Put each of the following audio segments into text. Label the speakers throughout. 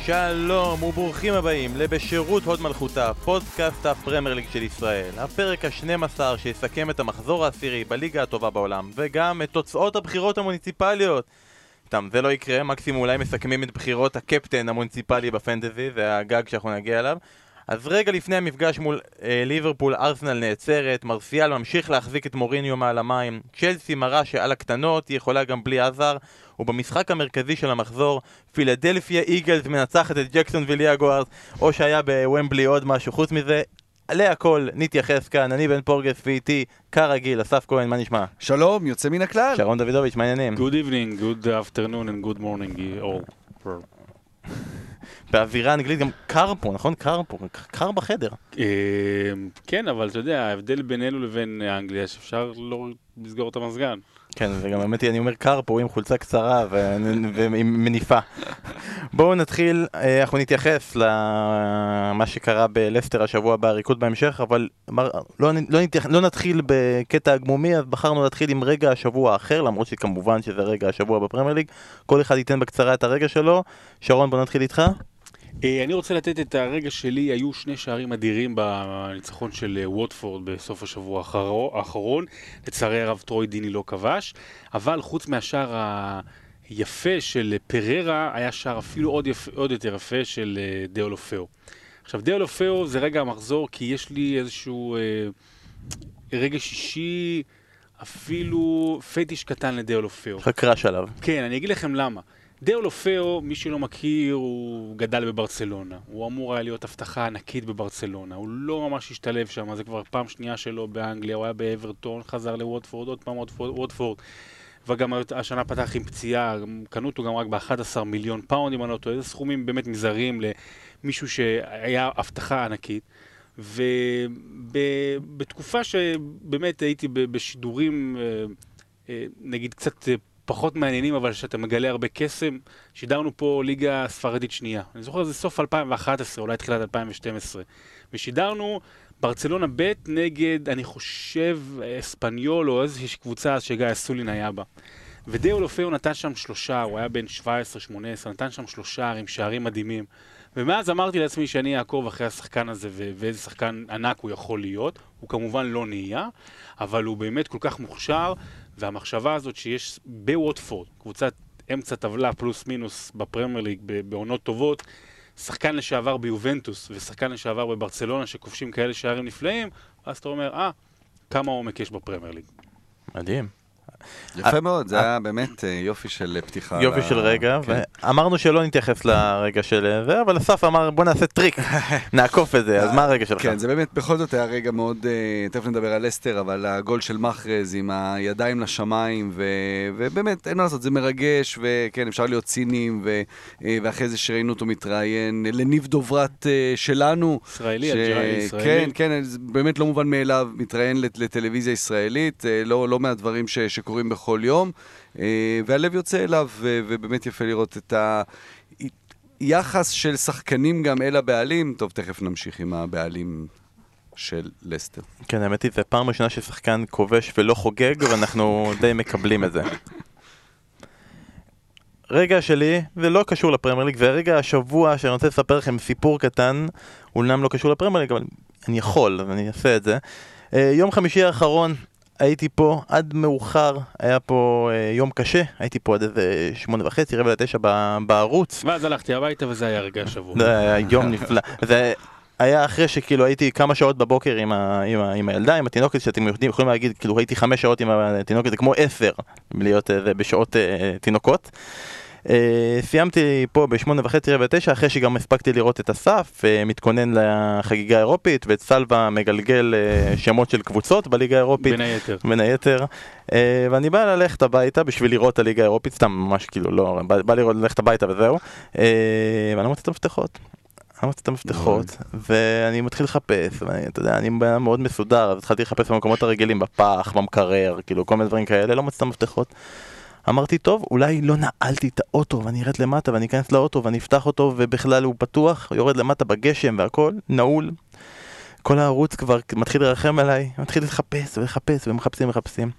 Speaker 1: שלום וברוכים הבאים לבשירות הוד מלכותה, פודקאסט הפרמייר ליג של ישראל. הפרק ה-12 שיסכם את המחזור העשירי בליגה הטובה בעולם וגם את תוצאות הבחירות המוניציפליות. זה לא יקרה, מקסימום אולי מסכמים את בחירות הקפטן המוניציפלי בפנטזי, זה הגג שאנחנו נגיע אליו. אז רגע לפני המפגש מול ליברפול, ארסנל נעצרת, מרסיאל ממשיך להחזיק את מוריניו מעל המים, צ'לסי מראה שעל הקטנות היא יכולה גם בלי עזר, ובמשחק המרכזי של המחזור, פילדלפיה איגלס מנצחת את ג'קסונוויל יגוארס, או שהיה בוומבלי עוד משהו. חוץ מזה, להכל נתייחס כאן, אני בן פורגס ואיתי, כרגיל, אסף כהן, מה נשמע?
Speaker 2: שלום, יוצא מן הכלל.
Speaker 1: שרון דוידוביץ', מה העניינים?
Speaker 3: Good evening, good afternoon and good morning all.
Speaker 1: באווירה אנגלית גם קר פה, נכון? קר בחדר.
Speaker 3: כן, אבל אתה יודע, ההבדל בינינו לבין אנגליה, שאפשר לא לסגור את המזגן.
Speaker 1: כן, וגם האמת היא, אני אומר קר פה עם חולצה קצרה ועם מניפה. בואו נתחיל, אנחנו נתייחס למה שקרה בלסטר השבוע בעריקות בהמשך, אבל לא נתחיל בקטע הגמומי, אז בחרנו להתחיל עם רגע השבוע האחר, למרות שכמובן שזה רגע השבוע בפרמייר ליג. כל אחד ייתן בקצרה את הרגע שלו. שרון, בוא נתחיל איתך.
Speaker 3: אני רוצה לתת את הרגע שלי, היו שני שערים אדירים בניצחון של ווטפורד בסוף השבוע האחרון. לצערי הרב טרוי דיני לא כבש, אבל חוץ מהשער היפה של פררה, היה שער אפילו עוד יותר יפה של דיאולופאו. עכשיו דיאולופאו זה רגע המחזור, כי יש לי איזשהו רגע שישי, אפילו פטיש קטן לדיאולופאו.
Speaker 1: קראש עליו.
Speaker 3: כן, אני אגיד לכם למה. דיאולופאו, מי שלא מכיר, הוא גדל בברצלונה. הוא אמור היה להיות הבטחה ענקית בברצלונה. הוא לא ממש השתלב שם, זה כבר פעם שנייה שלו באנגליה. הוא היה באברטון, חזר לווטפורד, עוד פעם ווטפורד. וגם השנה פתח עם פציעה, קנו אותו גם רק ב-11 מיליון פאונד, אם אני לא טועה. איזה סכומים באמת מזעריים למישהו שהיה הבטחה ענקית. ובתקופה שבאמת הייתי בשידורים, נגיד קצת פחות מעניינים, אבל שאתה מגלה הרבה קסם, שידרנו פה ליגה ספרדית שנייה. אני זוכר, זה סוף 2011, אולי תחילת 2012. ושידרנו ברצלונה ב' נגד, אני חושב, אספניול, או איזושהי קבוצה שגיא אסולין היה בה. ודיאולופאו נתן שם 3, הוא היה בין 17-18, נתן שם 3 עם שערים מדהימים. ומאז אמרתי לעצמי שאני אעקוב אחרי השחקן הזה, ואיזה שחקן ענק הוא יכול להיות. הוא כמובן לא נהיה, אבל הוא באמת כל כך מוכשר, והמחשבה הזאת שיש בווטפורד, קבוצת אמצע טבלה פלוס מינוס בפרמייר ליג בעונות טובות, שחקן לשעבר ביובנטוס ושחקן לשעבר בברצלונה שכובשים כאלה שערים נפלאים, אז אתה אומר, כמה עומק יש בפרמייר ליג.
Speaker 1: מדהים.
Speaker 2: יפה מאוד, זה היה באמת יופי של פתיחה.
Speaker 1: יופי של רגע, ואמרנו שלא נתייחס לרגע של זה, אבל אסף אמר בוא נעשה טריק, נעקוף את זה, אז מה הרגע שלך?
Speaker 2: כן, זה באמת בכל זאת היה רגע מאוד, תכף נדבר על לסטר, אבל הגול של מחרז עם הידיים לשמיים, ובאמת אין מה לעשות, זה מרגש, וכן, אפשר להיות ציניים, ואחרי זה שראינו אותו מתראיין לניב דוברת שלנו.
Speaker 3: ישראלי, ישראלי.
Speaker 2: כן, זה באמת לא מובן מאליו, מתראיין לטלוויזיה ישראלית, לא מהדברים שקורים בכל יום, והלב יוצא אליו, ובאמת יפה לראות את היחס של שחקנים גם אל הבעלים. טוב, תכף נמשיך עם הבעלים של לסטר.
Speaker 1: כן, האמת היא, זה פעם ראשונה ששחקן כובש ולא חוגג, ואנחנו די מקבלים את זה. רגע שלי, זה לא קשור לפרמייר ליג, זה רגע השבוע שאני רוצה לספר לכם סיפור קטן, אולם לא קשור לפרמייר ליג, אבל אני יכול, אז אני אעשה את זה. יום חמישי האחרון, הייתי פה עד מאוחר, היה פה יום קשה, הייתי פה עד איזה 8:30, 9 בערוץ.
Speaker 3: ואז הלכתי הביתה וזה היה רגע השבוע.
Speaker 1: זה היה יום נפלא. זה היה אחרי שכאילו הייתי כמה שעות בבוקר עם הילדה, עם התינוקת, שאתם יכולים להגיד, כאילו הייתי 5 שעות עם התינוקת, זה כמו 10, להיות בשעות תינוקות. סיימתי פה ב8:30, אחרי שגם הספקתי לראות את אסף, מתכונן לחגיגה האירופית, ואת סלווה מגלגל שמות של קבוצות בליגה האירופית. בין היתר. ואני בא ללכת הביתה בשביל לראות את הליגה האירופית, סתם ממש כאילו לא, בא ללכת הביתה וזהו. ואני מוצא את המפתחות. ואני מתחיל לחפש, ואתה יודע, אני מאוד מסודר, אז התחלתי לחפש במקומות הרגילים, בפח, במקרר, כאילו כל מיני דברים כאלה, לא מוצא את המפתחות. אמרתי, טוב, אולי לא נעלתי את האוטו, ואני ארד למטה, ואני אכנס לאוטו, ואני אפתח אותו, ובכלל הוא פתוח, יורד למטה בגשם, והכל נעול. כל הערוץ כבר מתחיל לרחם עליי, מתחיל לחפש, ומחפשים.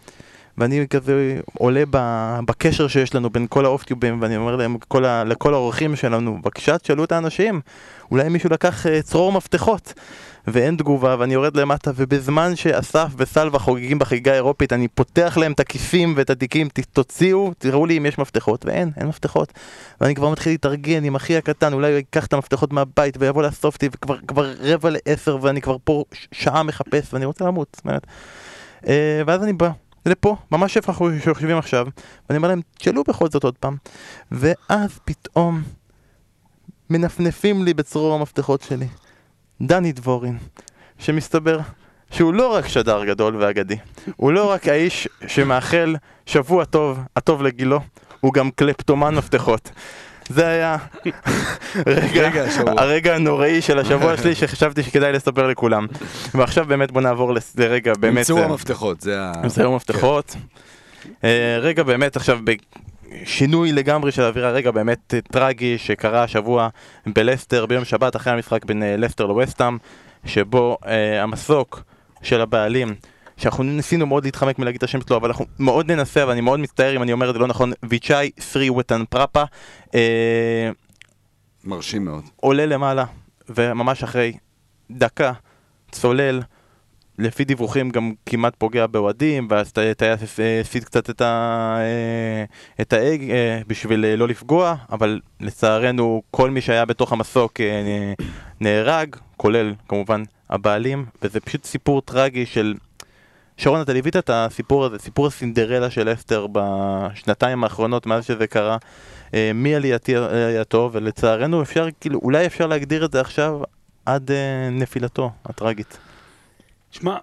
Speaker 1: ואני כזה עולה בקשר שיש לנו בין כל האופטיובים, ואני אומר להם, לכל האורחים שלנו, בבקשה, תשאלו את האנשים, אולי מישהו לקח צרור מפתחות, ואין תגובה, ואני יורד למטה, ובזמן שאסף וסלווה חוגגים בחגיגה האירופית, אני פותח להם את הכיסים ואת התיקים, תוציאו, תראו לי אם יש מפתחות, ואין מפתחות. ואני כבר מתחיל להתארגן עם אחי הקטן, אולי הוא ייקח את המפתחות מהבית ויבוא לאסוף אותי, וכבר 9:45, ואני כבר פה שעה מחפש, ואני רוצה למות, זאת אומרת. ואז אני בא לפה, ממש איפה אנחנו שוכבים עכשיו, ואני אומר להם, תשאלו בכל זאת עוד פעם. ואז פתאום מנפנפים לי בצרור המפתחות שלי דני דבורין, שמסתבר שהוא לא רק שדר גדול ואגדי, הוא לא רק האיש שמאחל שבוע טוב, הטוב לגילו, הוא גם קלפטומן מפתחות. זה היה הרגע הנוראי של השבוע שלי שחשבתי שכדאי לספר לכולם. ועכשיו באמת בוא נעבור לרגע באמת...
Speaker 2: נמצאו המפתחות,
Speaker 1: נמצאו המפתחות. רגע באמת עכשיו שינוי לגמרי של האווירה, רגע באמת טרגי שקרה השבוע בלסטר ביום שבת אחרי המשחק בין לסטר לווסטהאם, שבו המסוק של הבעלים, שאנחנו ניסינו מאוד להתחמק מלהגיד את השם שלו, אבל אנחנו מאוד ננסה, ואני מאוד מצטער אם אני אומר את זה לא נכון, ויצ'אי סריווטן פרפה,
Speaker 2: מרשים מאוד.
Speaker 1: עולה למעלה, וממש אחרי דקה צולל, לפי דיווחים גם כמעט פוגע באוהדים, ואז טייס הסיט קצת את האג בשביל לא לפגוע, אבל לצערנו כל מי שהיה בתוך המסוק נהרג, כולל כמובן הבעלים, וזה פשוט סיפור טרגי של... שרון, אתה ליווית את הסיפור הזה, סיפור הסינדרלה של אסתר בשנתיים האחרונות מאז שזה קרה, מעלייתו, ולצערנו אפשר, כאילו, אולי אפשר להגדיר את זה עכשיו עד נפילתו הטרגית.
Speaker 3: תשמע,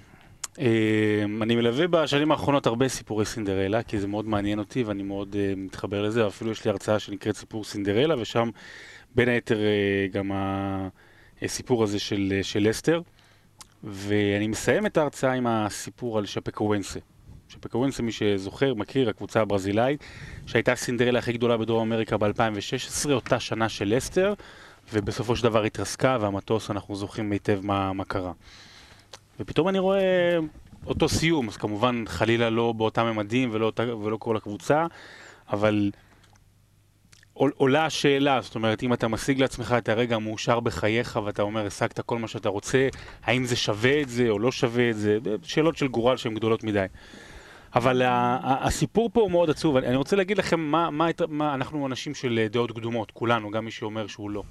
Speaker 3: אני מלווה בשנים האחרונות הרבה סיפורי סינדרלה, כי זה מאוד מעניין אותי ואני מאוד מתחבר לזה, אפילו יש לי הרצאה שנקראת סיפור סינדרלה, ושם בין היתר גם הסיפור הזה של אסתר, ואני מסיים את ההרצאה עם הסיפור על שפקוונסה. שפקוונסה, מי שזוכר, מכיר, הקבוצה הברזילאית, שהייתה סינדרלה הכי גדולה בדרום אמריקה ב-2016, אותה שנה של אסתר, ובסופו של דבר התרסקה, והמטוס, אנחנו זוכרים היטב מה קרה. ופתאום אני רואה אותו סיום, אז כמובן חלילה לא באותם ממדים ולא כל הקבוצה, אבל עולה השאלה, זאת אומרת, אם אתה משיג לעצמך את הרגע המאושר בחייך ואתה אומר, השגת כל מה שאתה רוצה, האם זה שווה את זה או לא שווה את זה, שאלות של גורל שהן גדולות מדי. אבל הסיפור פה הוא מאוד עצוב, אני רוצה להגיד לכם מה אנחנו אנשים של דעות קדומות, כולנו, גם מי שאומר שהוא לא,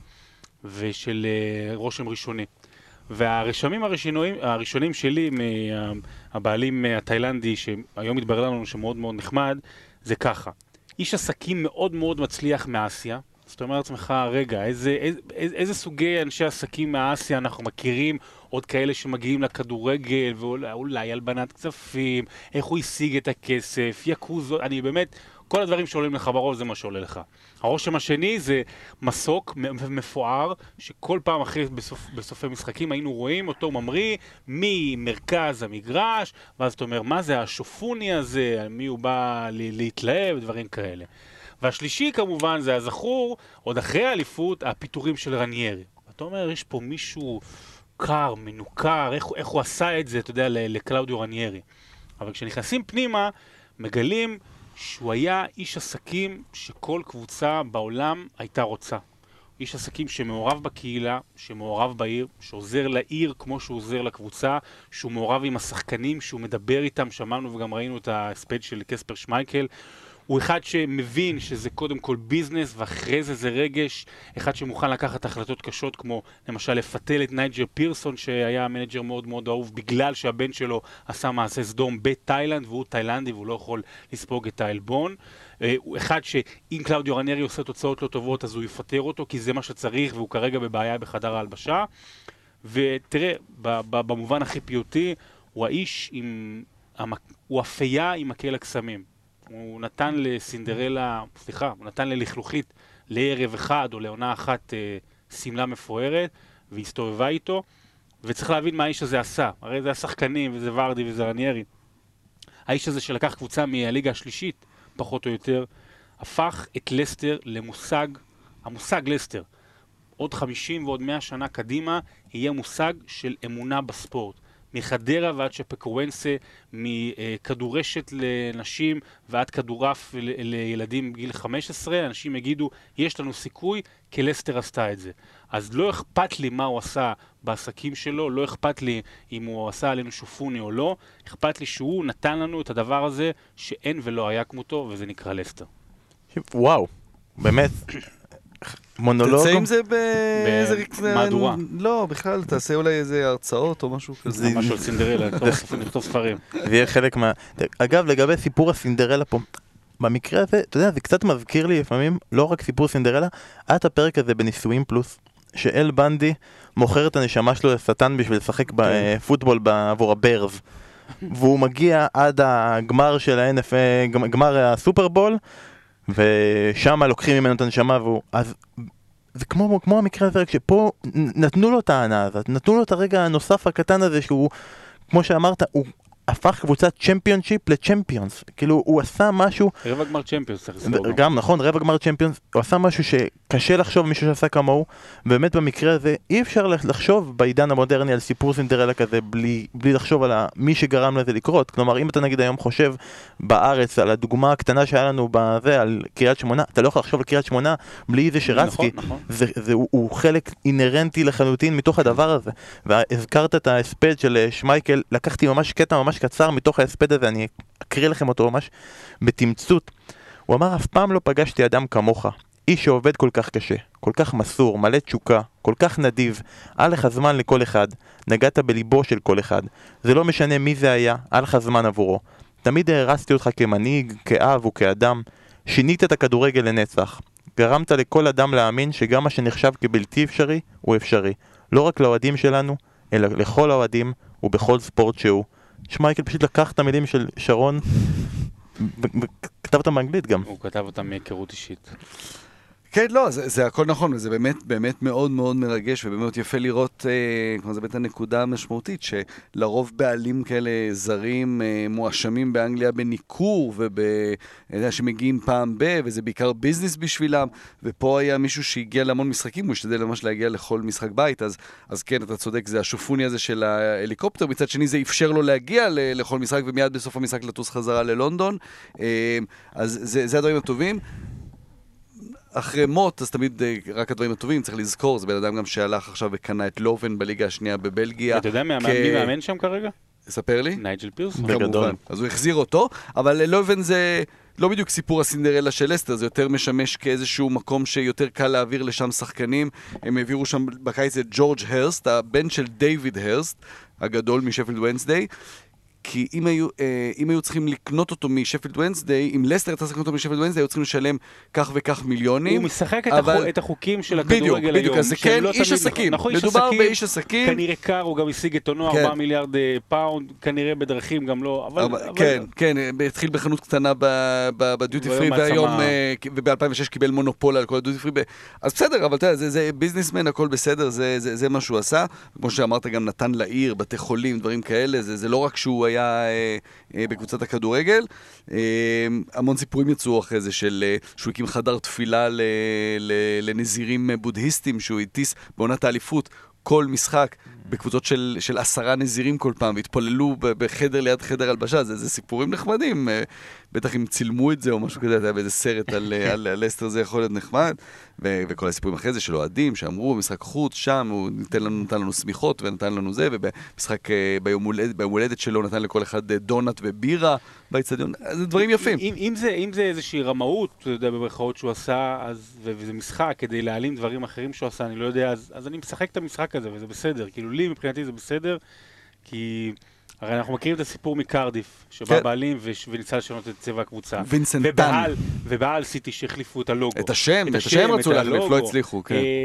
Speaker 3: ושל רושם ראשוני. והרשמים הראשונים שלי מהבעלים התאילנדי, שהיום מתברר לנו שמאוד מאוד נחמד, זה ככה. איש עסקים מאוד מאוד מצליח מאסיה. זאת אומרת לעצמך, רגע, איזה סוגי אנשי עסקים מאסיה אנחנו מכירים, עוד כאלה שמגיעים לכדורגל, ואולי הלבנת כספים, איך הוא השיג את הכסף, יקוזו, אני באמת, כל הדברים שעולים לך בראש זה מה שעולה לך. הרושם השני זה מסוק מפואר, שכל פעם אחרי בסופי משחקים היינו רואים אותו ממריא ממרכז המגרש, ואז אתה אומר, מה זה השופוני הזה, מי הוא בא להתלהב, דברים כאלה. והשלישי כמובן זה הזכור, עוד אחרי האליפות, הפיטורים של רניירי. אתה אומר, יש פה מישהו קר, מנוכר, איך הוא עשה את זה, אתה יודע, לקלאודיו רניירי. אבל כשנכנסים פנימה, מגלים שהוא היה איש עסקים שכל קבוצה בעולם הייתה רוצה. איש עסקים שמעורב בקהילה, שמעורב בעיר, שעוזר לעיר כמו שהוא עוזר לקבוצה, שהוא מעורב עם השחקנים, שהוא מדבר איתם, שמענו וגם ראינו את הספייד של קספר שמייקל. הוא אחד שמבין שזה קודם כל ביזנס ואחרי זה רגש, אחד שמוכן לקחת החלטות קשות כמו למשל לפתל את נייג'ר פירסון שהיה מנג'ר מאוד מאוד אהוב בגלל שהבן שלו עשה מעשה סדום בתאילנד והוא תאילנדי והוא לא יכול לספוג את העלבון. הוא אחד שאם קלאודיו רניירי עושה תוצאות לא טובות אז הוא יפטר אותו כי זה מה שצריך והוא כרגע בבעיה בחדר ההלבשה. ותראה, במובן הכי פיוטי הוא האיש הוא אפייה עם מקל הקסמים. הוא נתן לסינדרלה, הוא נתן ללכלוכית לערב אחד או לעונה אחת סמלה מפוארת והסתובבה איתו, וצריך להבין מה האיש הזה עשה. הרי זה השחקנים וזה ורדי וזה רניירי. האיש הזה שלקח קבוצה מהליגה השלישית, פחות או יותר, הפך את לסטר למושג, המושג לסטר. עוד 50 ועוד 100 שנה קדימה יהיה מושג של אמונה בספורט. מחדרה ועד שפקוונסה, מכדורשת לנשים ועד כדורף לילדים בגיל 15, אנשים יגידו, יש לנו סיכוי, כי לסטר עשתה את זה. אז לא אכפת לי מה הוא עשה בעסקים שלו, לא אכפת לי אם הוא עשה עלינו שופוני או לא, אכפת לי שהוא נתן לנו את הדבר הזה שאין ולא היה כמותו, וזה נקרא לסטר.
Speaker 1: וואו, באמת, מונולוג.
Speaker 2: תצא עם זה
Speaker 3: במהדורה.
Speaker 2: לא, בכלל, תעשה אולי איזה הרצאות או משהו כזה.
Speaker 3: משהו על סינדרלה, נכתוב ספרים.
Speaker 1: זה יהיה חלק מה... אגב, לגבי סיפור הסינדרלה פה, במקרה הזה, אתה יודע, זה קצת מזכיר לי לפעמים, לא רק סיפור סינדרלה, היה את הפרק הזה בנישואים פלוס, שאל בנדי מוכר את הנשמה שלו לשטן בשביל לשחק בפוטבול עבור הברז. והוא מגיע עד הגמר של ה-NFL, גמר הסופרבול, ושם לוקחים ממנו את הנשמה, אז זה כמו המקרה הזה, כשפה נתנו לו את הענה הזאת, נתנו לו את הרגע הנוסף הקטן הזה, שהוא, כמו שאמרת, הוא הפך קבוצת צ'מפיונשיפ לצ'מפיונס, כאילו הוא עשה משהו...
Speaker 3: רבע גמר צ'מפיונס, צריך לסבור.
Speaker 1: גם נכון, רבע גמר צ'מפיונס, הוא עשה משהו שקשה לחשוב מישהו שעשה כמוהו, באמת במקרה הזה אי אפשר לחשוב בעידן המודרני על סיפור סינדרלה כזה בלי לחשוב על מי שגרם לזה לקרות. כלומר, אם אתה נגיד היום חושב בארץ על הדוגמה הקטנה שהיה לנו בזה, על קריית שמונה, אתה לא יכול לחשוב על קריית שמונה בלי זה שרצקי, הוא חלק אינרנטי לחלוטין מתוך הדבר הזה. והזכרת את ההספד של שמייקל, לקחתי ממש קטע ממש קצר מתוך ההספד הזה, אני אקריא לכם אותו ממש בתמצות. הוא אמר, אף פעם לא פגשתי אדם כמוך, איש שעובד כל כך קשה, כל כך מסור, מלא תשוקה, כל כך נדיב, היה לך זמן לכל אחד, נגעת בליבו של כל אחד, זה לא משנה מי זה היה, היה לך זמן עבורו. תמיד הרסתי אותך כמנהיג, כאב וכאדם, שינית את הכדורגל לנצח, גרמת לכל אדם להאמין שגם מה שנחשב כבלתי אפשרי, הוא אפשרי. לא רק לאוהדים שלנו, אלא לכל האוהדים ובכל ספורט שהוא. שמייקל פשוט לקח את המילים של שרון וכתב אותם באנגלית גם.
Speaker 3: הוא כתב אותם מהיכרות אישית.
Speaker 2: כן, לא, זה הכל נכון, וזה באמת מאוד מאוד מרגש, ובאמת יפה לראות, כמו זה באמת הנקודה המשמעותית, שלרוב בעלים כאלה זרים מואשמים באנגליה בניקור, שמגיעים פעם וזה בעיקר ביזנס בשבילם, ופה היה מישהו שהגיע להמון משחקים, הוא השתדל ממש להגיע לכל משחק בית, אז כן, אתה צודק, זה השופוני הזה של ההליקופטר, מצד שני זה אפשר לו להגיע לכל משחק, ומיד בסוף המשחק לטוס חזרה ללונדון, אז זה הדברים הטובים. אחרי מות, אז תמיד רק הדברים הטובים, צריך לזכור, זה בן אדם גם שהלך עכשיו וקנה את לובן בליגה השנייה בבלגיה.
Speaker 3: אתה יודע מי מאמן שם כרגע?
Speaker 2: ספר לי.
Speaker 3: נייג'ל פירס.
Speaker 1: בגדול.
Speaker 2: אז הוא החזיר אותו, אבל לובן זה לא בדיוק סיפור הסינדרלה של לסטר, זה יותר משמש כאיזשהו מקום שיותר קל להעביר לשם שחקנים. הם העבירו שם בקיץ את ג'ורג' הרסט, הבן של דיוויד הרסט, הגדול משפילד ונסדיי. כי אם היו צריכים לקנות אותו משפילד ונסדיי, אם לסטר הייתה לקנות אותו משפילד ונסדיי, היו צריכים לשלם כך וכך מיליונים.
Speaker 3: הוא משחק את החוקים של הכדורגל היום.
Speaker 2: בדיוק, אז זה כן איש עסקים. מדובר באיש עסקים.
Speaker 3: כנראה קר, הוא גם השיג את עונו 4 מיליארד פאונד, כנראה בדרכים גם לא.
Speaker 2: כן, התחיל בחנות קטנה בדיוטי פרי, והיום, וב-2006 קיבל מונופול על כל הדיוטי פרי. אז בסדר, אבל אתה יודע, זה ביזנסמן, הכל בסדר, זה מה שהוא עשה. כמו שאמרת, גם נתן לעיר, בתי חולים, דברים כאלה, זה לא רק שהוא היה בקבוצת הכדורגל. המון סיפורים יצאו אחרי זה שהוא הקים חדר תפילה לנזירים בודהיסטים, שהוא הטיס בעונת האליפות כל משחק בקבוצות של 10 נזירים כל פעם, והתפוללו בחדר ליד חדר הלבשה. זה סיפורים נחמדים, בטח אם צילמו את זה או משהו כזה, היה באיזה סרט על לסטר, זה יכול להיות נחמד, וכל הסיפורים אחרי זה של אוהדים שאמרו במשחק חוץ שם, הוא נתן לנו סמיכות ונתן לנו זה, ובמשחק ביום הולדת שלו נתן לכל אחד דונט ובירה באצטדיון. זה דברים יפים.
Speaker 3: אם זה איזושהי רמאות, אתה יודע, במרכאות שהוא עשה, וזה משחק כדי להעלים דברים אחרים שהוא עשה, אני לא יודע, אז אני משחק את המשחק הזה, וזה בסדר. כאילו לי מבחינתי זה בסדר, כי הרי אנחנו מכירים את הסיפור מקרדיף, שבא בעלים וניסה לשנות את צבע הקבוצה.
Speaker 2: וינסנט דן.
Speaker 3: ובעל סיטי שהחליפו את הלוגו.
Speaker 2: את השם רצו להחליף, לא הצליחו.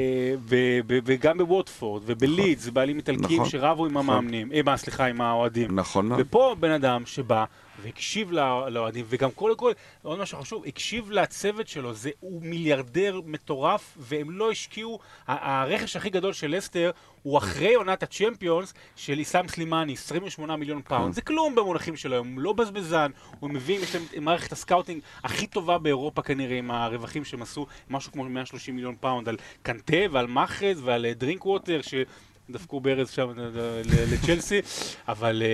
Speaker 3: וגם בווטפורד ובלידס, בעלים איטלקים שרבו עם המאמנים, סליחה, עם האוהדים.
Speaker 2: נכון.
Speaker 3: ופה בן אדם שבא והקשיב לאוהדים, וגם קודם כל, עוד משהו חשוב, הקשיב לצוות שלו, הוא מיליארדר מטורף, והם לא השקיעו, הרכש הכי גדול של לסטר, הוא אחרי עונת הצ'מפיונס של איסלאם סלימני, 28 מיליון פאונד. זה כלום במונחים שלו, הוא לא בזבזן, הוא מביא עם מערכת הסקאוטינג הכי טובה באירופה כנראה, עם הרווחים שהם עשו, משהו כמו 130 מיליון פאונד, על קנטה ועל מחרז ועל דרינק ווטר, דפקו ברז שם לצ'לסי, אבל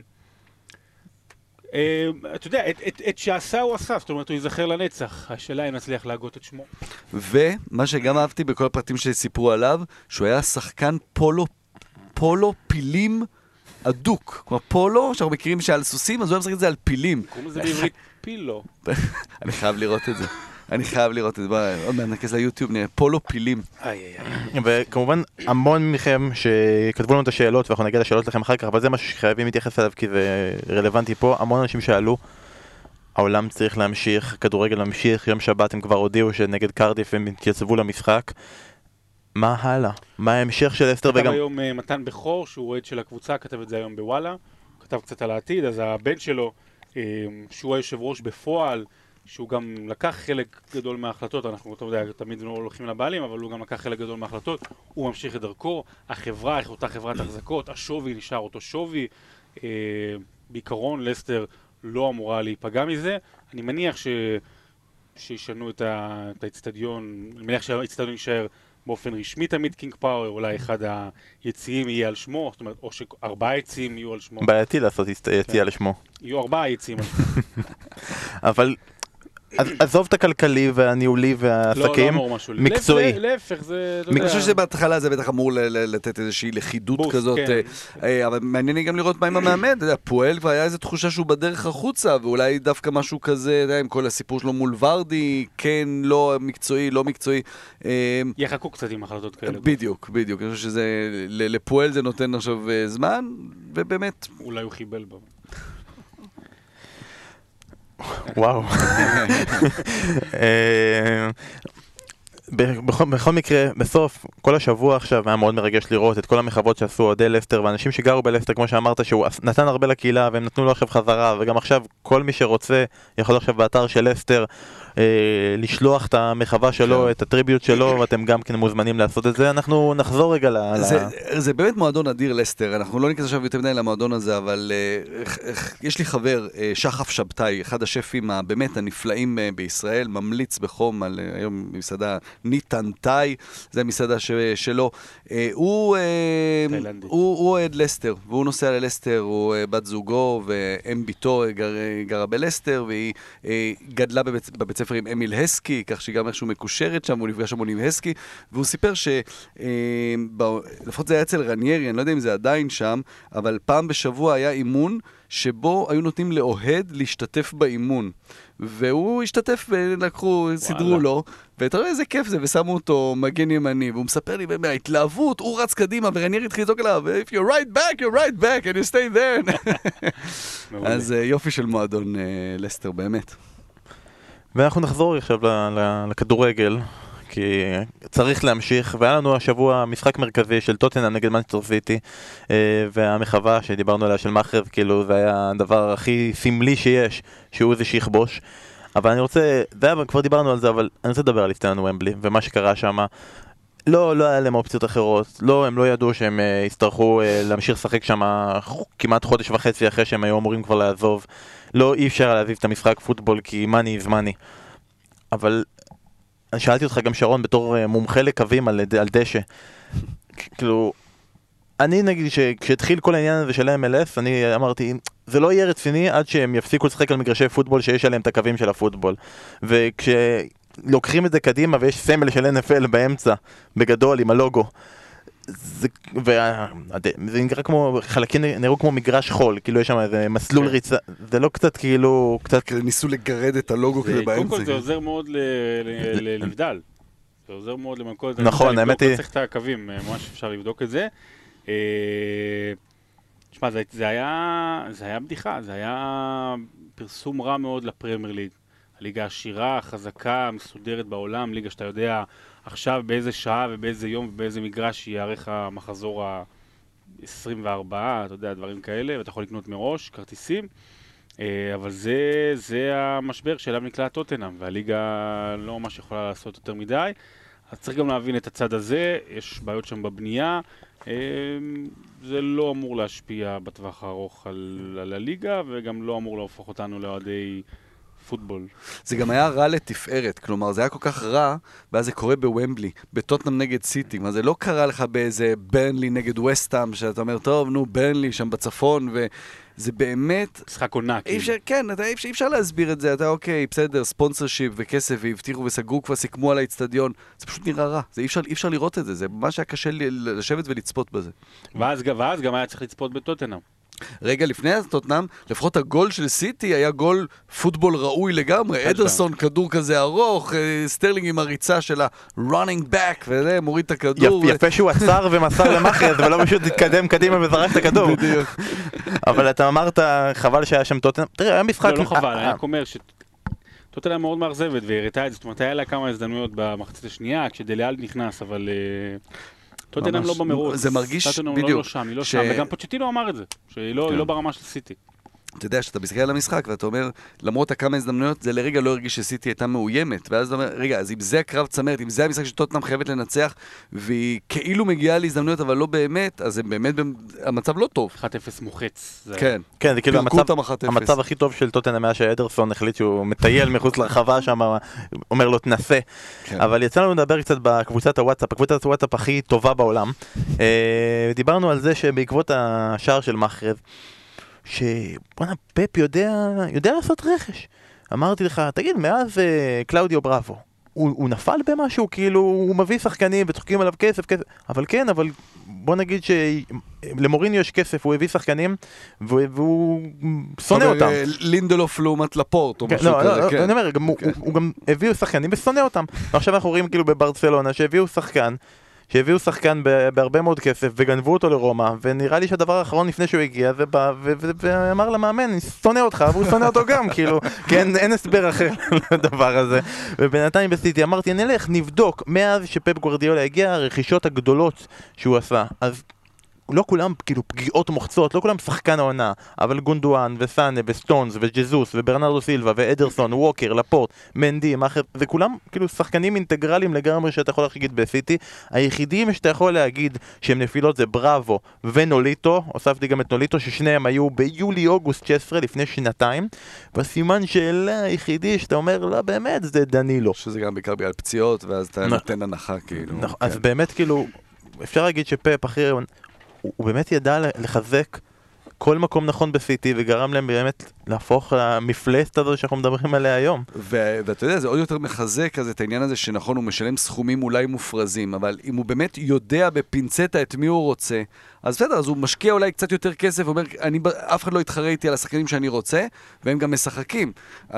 Speaker 3: אתה יודע, את שעשה הוא עשה, זאת אומרת, הוא ייזכר לנצח. השאלה אם נצליח להגות את שמו.
Speaker 2: ומה שגם אהבתי בכל הפרטים שסיפרו עליו, שהוא היה שחקן פולו פילים אדוק. כלומר, פולו, שאנחנו מכירים שעל סוסים, אז הוא היה משחק את זה על פילים.
Speaker 3: קוראים לזה בעברית פילו.
Speaker 2: אני חייב לראות את זה. עוד מעט נכנס ליוטיוב, נראה פולו פילים.
Speaker 1: וכמובן המון מכם שכתבו לנו את השאלות, ואנחנו נגיע לשאלות לכם אחר כך, אבל זה משהו שחייבים להתייחס אליו כי זה רלוונטי פה. המון אנשים שאלו, העולם צריך להמשיך, כדורגל ממשיך, יום שבת הם כבר הודיעו שנגד קרדיף הם התייצבו למשחק. מה הלאה? מה ההמשך של לסטר
Speaker 3: כתב
Speaker 1: וגם...
Speaker 3: היום מתן בכור, שהוא אוהד של הקבוצה, כתב את זה היום בוואלה, כתב קצת על העתיד, אז הבן שלו, שהוא היושב ראש בפועל, שהוא גם לקח חלק גדול מההחלטות, אנחנו תמיד לא הולכים לבעלים, אבל הוא גם לקח חלק גדול מההחלטות, הוא ממשיך את דרכו, החברה, אותה חברת החזקות, השווי נשאר אותו שווי, בעיקרון לסטר לא אמורה להיפגע מזה, אני מניח שישנו את האצטדיון, אני מניח שהאצטדיון יישאר באופן רשמי תמיד קינג פאוור, אולי אחד היציאים יהיה על שמו, זאת אומרת, או ש4 יציאים יהיו על שמו.
Speaker 1: בעייתי לעשות יציאה לשמו.
Speaker 3: יהיו 4 יציאים על שמו.
Speaker 1: אבל עזוב את הכלכלי והניהולי והעסקים,
Speaker 3: לא אמור משהו.
Speaker 1: מקצועי.
Speaker 3: להפך, זה...
Speaker 2: אני חושב שבהתחלה זה בטח אמור לתת איזושהי לכידות כזאת, אבל מעניין לי גם לראות מה עם המאמן, אתה יודע, פועל כבר היה איזו תחושה שהוא בדרך החוצה, ואולי דווקא משהו כזה, אתה יודע, עם כל הסיפור שלו מול ורדי, כן, לא מקצועי, לא מקצועי.
Speaker 3: יחכו קצת עם החלטות כאלה.
Speaker 2: בדיוק. אני חושב שזה, לפועל זה נותן עכשיו זמן, ובאמת...
Speaker 3: אולי הוא חיבל בה.
Speaker 1: וואו. בכל מקרה, בסוף, כל השבוע עכשיו היה מאוד מרגש לראות את כל המחוות שעשו אוהדי לסטר, ואנשים שגרו בלסטר, כמו שאמרת, שהוא נתן הרבה לקהילה, והם נתנו לו עכשיו חזרה, וגם עכשיו כל מי שרוצה יכול עכשיו באתר של לסטר לשלוח את המחווה שלו, את הטריביוט שלו, ואתם גם כן מוזמנים לעשות את זה. אנחנו נחזור רגע
Speaker 2: זה באמת מועדון אדיר לסטר, אנחנו לא ניכנס עכשיו יותר מדי למועדון הזה, אבל יש לי חבר, שחף שבתאי, אחד השפים הבאמת הנפלאים בישראל, ממליץ בחום על היום מסעדה ניתן טאי, זה המסעדה שלו. הוא אוהד לסטר, והוא נוסע ללסטר, הוא בת זוגו, ואם ביתו גרה בלסטר, והיא גדלה בבית ספר עם אמיל הסקי, כך שהיא גם איכשהו מקושרת שם, הוא נפגש המון עם הסקי, והוא סיפר לפחות זה היה אצל רניירי, אני לא יודע אם זה עדיין שם, אבל פעם בשבוע היה אימון, שבו היו נותנים לאוהד להשתתף באימון. והוא השתתף ולקחו, סידרו לו, ואתה רואה איזה כיף זה, ושמו אותו מגן ימני, והוא מספר לי מההתלהבות, הוא רץ קדימה, ורניאר התחיל לצעוק עליו, If you're right back, and you stay there. אז יופי של מועדון לסטר, באמת.
Speaker 1: ואנחנו נחזור עכשיו לכדורגל, כי צריך להמשיך, והיה לנו השבוע משחק מרכזי של טוטנהאם נגד מנצ'סטר סיטי, והמחווה שדיברנו עליה של מאחרז, כאילו זה היה הדבר הכי סמלי שיש, שהוא זה שיכבוש. אבל אני רוצה, כבר דיברנו על זה, אבל אני רוצה לדבר על אצטדיון ומבלי, ומה שקרה שם. לא היה להם אופציות אחרות, הם לא ידעו שהם יצטרכו להמשיך לשחק שם כמעט חודש וחצי אחרי שהם היו אמורים כבר לעזוב. אי אפשר להעזיב את המשחק פוטבול כי money is money. אבל אני שאלתי אותך גם שרון בתור מומחה לקווים על דשא. כאילו, אני נגיד כשהתחיל כל העניין הזה של MLS, אני אמרתי, זה לא יהיה רציני עד שהם יפסיקו לשחק על מגרשי פוטבול שיש עליהם את הקווים של הפוטבול. וכשלוקחים את זה קדימה ויש סמל של NFL באמצע, בגדול עם הלוגו, זה נראה כמו, חלקים נראו כמו מגרש חול, כאילו יש שם איזה מסלול ריצה, זה לא קצת כאילו, קצת
Speaker 2: ניסו לגרד את הלוגו כזה באמצע.
Speaker 3: קודם כל זה עוזר מאוד לבדל, זה עוזר מאוד למנקוד,
Speaker 1: נכון, האמת היא,
Speaker 3: צריך את הקווים, ממש אפשר לבדוק את זה. תשמע, זה היה בדיחה, זה היה פרסום רע מאוד לפרמייר ליג, הליגה העשירה, חזקה, מסודרת בעולם, ליגה שאתה יודע עכשיו באיזה שעה ובאיזה יום ובאיזה מגרש יערך המחזור ה-24, אתה יודע, דברים כאלה, ואתה יכול לקנות מראש, כרטיסים, אבל זה המשבר שאליו נקלע טוטנהאם, והליגה לא ממש יכולה לעשות יותר מדי, אז צריך גם להבין את הצד הזה, יש בעיות שם בבנייה, זה לא אמור להשפיע בטווח הארוך על הליגה, וגם לא אמור להפוך אותנו לאוהדי פוטבול.
Speaker 2: זה גם היה רע לתפארת, כלומר זה היה כל כך רע, ואז זה קורה בוומבלי, בטוטנהאם נגד סיטי, מה זה לא קרה לך באיזה ברנלי נגד וסטהאם, שאתה אומר, טוב, נו, ברנלי שם בצפון, וזה באמת...
Speaker 3: משחק עונה, כאילו.
Speaker 2: כן, אי אפשר להסביר את זה, אתה אוקיי, בסדר, ספונסרשיפ וכסף, והבטיחו וסגרו כבר, סיכמו על האצטדיון, זה פשוט נראה רע, אי אפשר לראות את זה, זה ממש היה קשה לשבת ולצפות בזה.
Speaker 3: ואז גם היה צריך לצפות בטוטנהאם.
Speaker 2: רגע לפני טוטנהאם, לפחות הגול של סיטי היה גול פוטבול ראוי לגמרי, אדרסון כדור כזה ארוך, סטרלינג עם הריצה של ה-running back, וזה מוריד את הכדור.
Speaker 1: יפה שהוא עצר ומסר למחרז, ולא פשוט התקדם קדימה וזרק את הכדור.
Speaker 2: בדיוק.
Speaker 1: אבל אתה אמרת, חבל שהיה שם טוטנהאם, תראה, היה משחק...
Speaker 3: לא חבל, אני רק אומר שטוטנהאם מאוד מאכזבת, והראתה את זה, זאת אומרת, היה לה כמה הזדמנויות במחצית השנייה, כשדליאל נכנס, אבל... טוטנהאם לא במרוץ,
Speaker 2: זה מרגיש
Speaker 3: טוטנהאם לא שם, היא לא שם, וגם פוצ'טינו אמר את זה, שהיא לא ברמה של סיטי.
Speaker 2: אתה יודע שאתה מסתכל על המשחק ואתה אומר, למרות הכמה הזדמנויות, זה לרגע לא הרגיש שסיטי הייתה מאוימת, ואז אתה אומר, רגע, אז אם זה הקרב צמרת, אם זה המשחק שטוטנהאם חייבת לנצח, והיא כאילו מגיעה להזדמנויות, אבל לא באמת, אז זה באמת, המצב לא טוב.
Speaker 3: 1-0 מוחץ.
Speaker 2: כן,
Speaker 1: כן, זה כאילו
Speaker 2: פירקו אותם 1-0.
Speaker 1: המצב הכי טוב של טוטנהאם היה שאדרסון החליט שהוא מטייל מחוץ לרחבה שם, אומר לו תנסה. אבל יצא לנו לדבר קצת בקבוצת הוואטסאפ, הקבוצת הוואטסאפ הכי טובה בעולם. דיברנו על זה שבעקבות השער של מחרז, שבואנה, פפ יודע לעשות רכש. אמרתי לך, תגיד, מאז קלאודיו בראבו, הוא נפל במשהו, כאילו הוא מביא שחקנים וצוחקים עליו כסף, אבל כן, אבל בוא נגיד שלמוריניו יש כסף, הוא הביא שחקנים, והוא שונא אותם.
Speaker 2: לינדלוף לעומת לפורט, או משהו כזה, כן.
Speaker 1: אני אומר, הוא גם הביאו שחקנים ושונא אותם. ועכשיו אנחנו רואים כאילו בברצלונה, שהביאו שחקן בהרבה מאוד כסף וגנבו אותו לרומא, ונראה לי שהדבר האחרון לפני שהוא הגיע ואמר למאמן, אני שונא אותך, והוא שונא אותו גם, כאילו, כן, אין הסבר אחר לדבר הזה. ובינתיים בסיטי אמרתי, נלך, נבדוק, מאז שפפ גוארדיולה הגיע, הרכישות הגדולות שהוא עשה, אז לא כולם כאילו פגיעות מוחצות, לא כולם שחקן העונה, אבל גונדואן וסאנה וסטונס וג'זוס וברנרדו סילבה ואדרסון, ווקר, לפורט, מנדי, מאחר, וכולם כאילו שחקנים אינטגרליים לגמרי שאתה יכול להגיד בסיטי. היחידים שאתה יכול להגיד שהם נפילות זה בראבו ונוליטו, הוספתי גם את נוליטו ששניהם היו ביולי-אוגוסט 19 לפני שנתיים, בסימן שאלה היחידי שאתה אומר לא באמת זה דנילו.
Speaker 2: שזה גם בעיקר בגלל פציעות ואז אתה נותן הנחה כאילו.
Speaker 1: אז באמת כאילו אפשר להגיד שפפ אחרי הוא באמת ידע לחזק כל מקום נכון בסיטי, וגרם להם באמת להפוך למפלסת הזו שאנחנו מדברים עליה היום.
Speaker 2: ואתה יודע, זה עוד יותר מחזק אז את העניין הזה שנכון, הוא משלם סכומים אולי מופרזים, אבל אם הוא באמת יודע בפינצטה את מי הוא רוצה, אז בסדר, אז הוא משקיע אולי קצת יותר כסף, ואומר, אף אחד לא יתחרה איתי על השחקנים שאני רוצה, והם גם משחקים.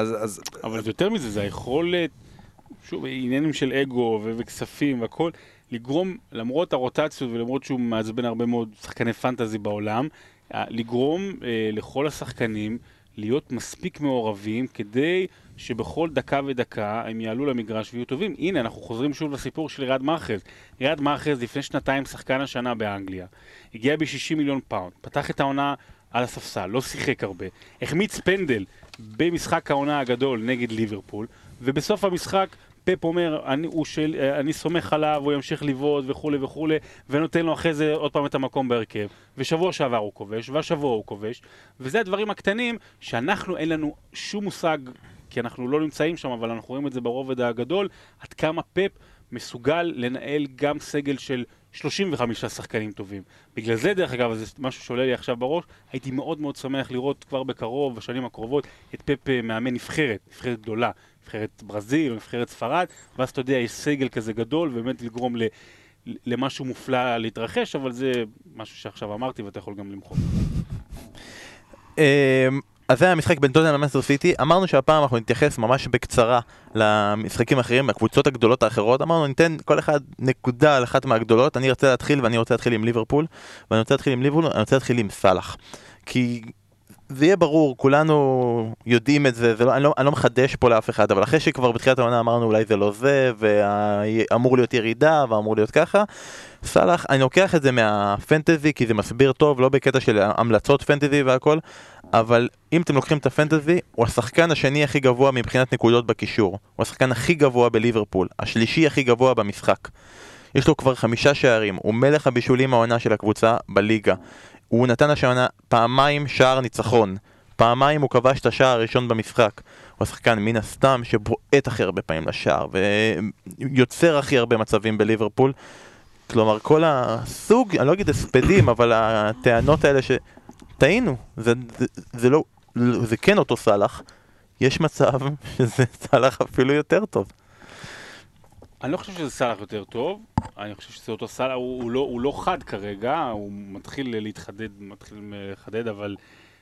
Speaker 3: אבל יותר מזה, זה היכולת, שוב, עניינים של אגו וכספים והכל, לגרום, למרות הרוטציות ולמרות שהוא מעצבן הרבה מאוד שחקני פנטזי בעולם, לגרום לכל השחקנים להיות מספיק מעורבים כדי שבכל דקה ודקה הם יעלו למגרש ויהיו טובים. הנה, אנחנו חוזרים שוב לסיפור של ריאד מאחרז. ריאד מאחרז לפני שנתיים שחקן השנה באנגליה. הגיע ב-60 מיליון פאונד, פתח את העונה על הספסל, לא שיחק הרבה. החמיץ פנדל במשחק העונה הגדול נגד ליברפול, ובסוף המשחק פפ אומר, אני סומך עליו, הוא ימשיך לבעוט וכו' וכו', ונותן לו אחרי זה עוד פעם את המקום בהרכב. ושבוע שעבר הוא כובש, והשבוע הוא כובש, וזה הדברים הקטנים שאנחנו אין לנו שום מושג, כי אנחנו לא נמצאים שם, אבל אנחנו רואים את זה ברובד הגדול, עד כמה פפ מסוגל לנהל גם סגל של 35 שחקנים טובים. בגלל זה, דרך אגב, זה משהו שעולה לי עכשיו בראש, הייתי מאוד מאוד שמח לראות כבר בקרוב, בשנים הקרובות, את פפ מאמן נבחרת גדולה, נבחרת ברזיל או נבחרת ספרד, ואז אתה יודע, יש סגל כזה גדול, ובאמת לגרום למשהו מופלא להתרחש, אבל זה משהו שעכשיו אמרתי, ואתה יכול גם למחוק.
Speaker 1: אז זה המשחק בין טוטנהאם למנצ'סטר סיטי. אמרנו שהפעם אנחנו נתייחס ממש בקצרה למשחקים האחרים, לקבוצות הגדולות האחרות. אמרנו ניתן כל אחד נקודה על אחת מהגדולות. אני רוצה להתחיל עם ליברפול, ואני רוצה להתחיל עם סלאח. כי זה יהיה ברור, כולנו יודעים את זה, אני לא מחדש פה לאף אחד, אבל אחרי שכבר בתחילת העונה אמרנו אולי זה לא זה, ואמור להיות ירידה, ואמור להיות ככה, סלאח, אני לוקח את זה מהפנטזי, כי זה מסביר טוב, לא בקטע של המלצות פנטזי והכל, אבל אם אתם לוקחים את הפנטזי, הוא השחקן השני הכי גבוה מבחינת נקודות בקישור, הוא השחקן הכי גבוה בליברפול, השלישי הכי גבוה במשחק. יש לו כבר 5 שערים, הוא מלך הבישולים העונה של הקבוצה בליגה. הוא נתן השעונה פעמיים שער ניצחון, פעמיים הוא כבש את השער הראשון במשחק, השחקן מן הסתם שבועט הכי הרבה פעמים לשער, ויוצר הכי הרבה מצבים בליברפול. כלומר, כל הסוג, אני לא אגיד הספדים, אבל הטענות האלה שטעינו, זה כן אותו סלח, יש מצב שזה סלח אפילו יותר טוב.
Speaker 3: אני לא חושב שזה סלח יותר טוב, אני חושב שזה אותו סלח, הוא לא חד כרגע, הוא מתחיל לחדד, אבל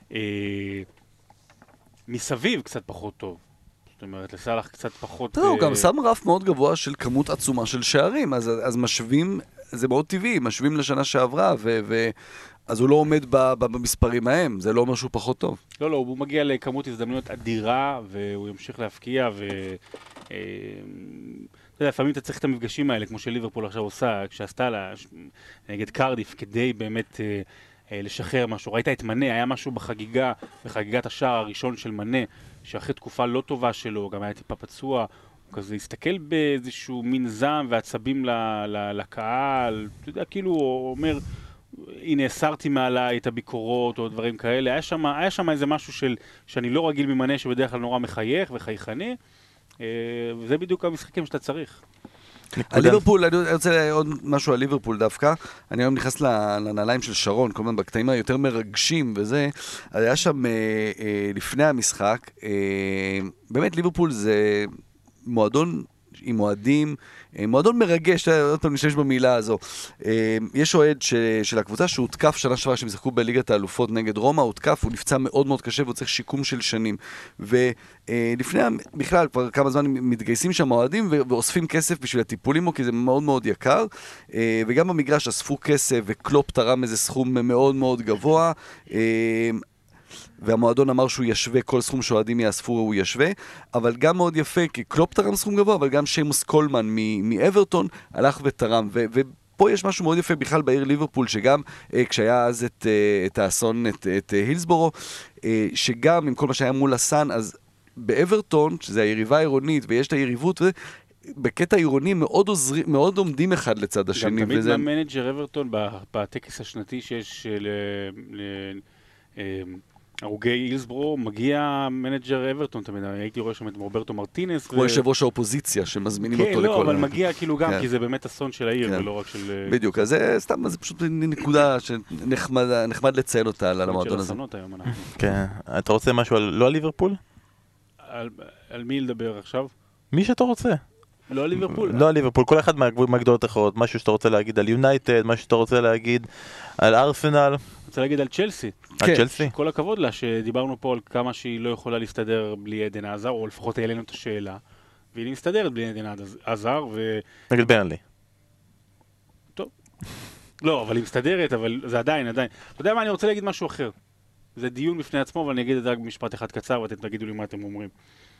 Speaker 3: מסביב קצת פחות טוב. זאת אומרת, לסלח קצת פחות...
Speaker 2: הוא גם שם רף מאוד גבוה של כמות עצומה של שערים, אז משווים, זה מאוד טבעי, משווים לשנה שעברה, אז הוא לא עומד במספרים ההם, זה לא אומר שהוא פחות טוב.
Speaker 3: לא, הוא מגיע לכמות הזדמנויות אדירה, והוא ימשיך להפקיע, אתה יודע, לפעמים אתה צריך את המפגשים האלה, כמו שליברפול עכשיו עושה, כשעשתה לה נגד קרדיף, כדי באמת לשחרר משהו. ראית את מנה, היה משהו בחגיגת השער הראשון של מנה, שאחרי תקופה לא טובה שלו, גם היה טיפה פצוע, הוא כזה הסתכל באיזשהו מין זעם ועצבים לקהל, אתה יודע, כאילו הוא אומר, הנה, הסרתי מעליי את הביקורות או דברים כאלה, היה שם איזה משהו שאני לא רגיל ממנה, שבדרך כלל נורא מחייך וחייכני, וזה בדיוק המשחקים שאתה צריך.
Speaker 2: על ליברפול, אני רוצה עוד משהו על ליברפול דווקא. אני היום נכנס לנעליים של שרון, כל מיני בקטעים היותר מרגשים וזה. היה שם לפני המשחק, באמת ליברפול זה מועדון עם מועדים, מועדון מרגש, עוד פעם נשתמש במילה הזו. יש אוהד של הקבוצה שהותקף שנה שעברה שהם שיחקו בליגת האלופות נגד רומא, הותקף, הוא נפצע מאוד מאוד קשה והוא צריך שיקום של שנים. ולפני, בכלל, כבר כמה זמן מתגייסים שם אוהדים ואוספים כסף בשביל הטיפולים בו, כי זה מאוד מאוד יקר. וגם במגרש אספו כסף וקלופ תרם איזה סכום מאוד מאוד גבוה. והמועדון אמר שהוא ישווה, כל סכום שאוהדים יאספו הוא ישווה, אבל גם מאוד יפה, כי קלופ תרם סכום גבוה, אבל גם שיימוס קולמן מאברטון הלך ותרם, ופה יש משהו מאוד יפה בכלל בעיר ליברפול, שגם כשהיה אז את האסון, את הילסבורו, שגם עם כל מה שהיה מול הסן, אז באברטון, שזה היריבה העירונית, ויש את היריבות, בקטע עירוני מאוד עומדים אחד לצד השני.
Speaker 3: גם תמיד מהמנג'ר אברטון, בטקס השנתי שיש הרוגי אילסבורו, מגיע מנג'ר אברטון, תמיד הייתי רואה שם את רוברטו מרטינס.
Speaker 2: כמו יושב ראש האופוזיציה שמזמינים אותו
Speaker 3: לכל...
Speaker 2: לכל...
Speaker 3: כן, לא, אבל מגיע כאילו גם, כי זה באמת אסון של העיר, ולא רק של...
Speaker 2: בדיוק, אז זה סתם, זה פשוט נקודה שנחמד לציין אותה על המועדון הזה.
Speaker 1: כן, אתה רוצה משהו לא על ליברפול?
Speaker 3: על מי לדבר עכשיו?
Speaker 1: מי שאתה רוצה.
Speaker 3: לא על ליברפול.
Speaker 1: לא על ליברפול, כל אחד מהגדולות אחרות, משהו שאתה רוצה להגיד על יונייטד, משהו שאתה רוצה להגיד על ארסנל.
Speaker 3: רוצה להגיד על צ'לסי.
Speaker 1: על צ'לסי?
Speaker 3: כל הכבוד לה, שדיברנו פה על כמה שהיא לא יכולה להסתדר בלי עדן עזר, או לפחות העלינו את השאלה, והיא מסתדרת בלי עדן עזר,
Speaker 1: נגד ברנלי.
Speaker 3: טוב. לא, אבל היא מסתדרת, אבל זה עדיין. אתה יודע מה, אני רוצה להגיד משהו אחר. זה דיון בפני עצמו, אבל אני אגיד את זה רק במשפט אחד קצר, ואתם תגידו לי מה אתם אומרים.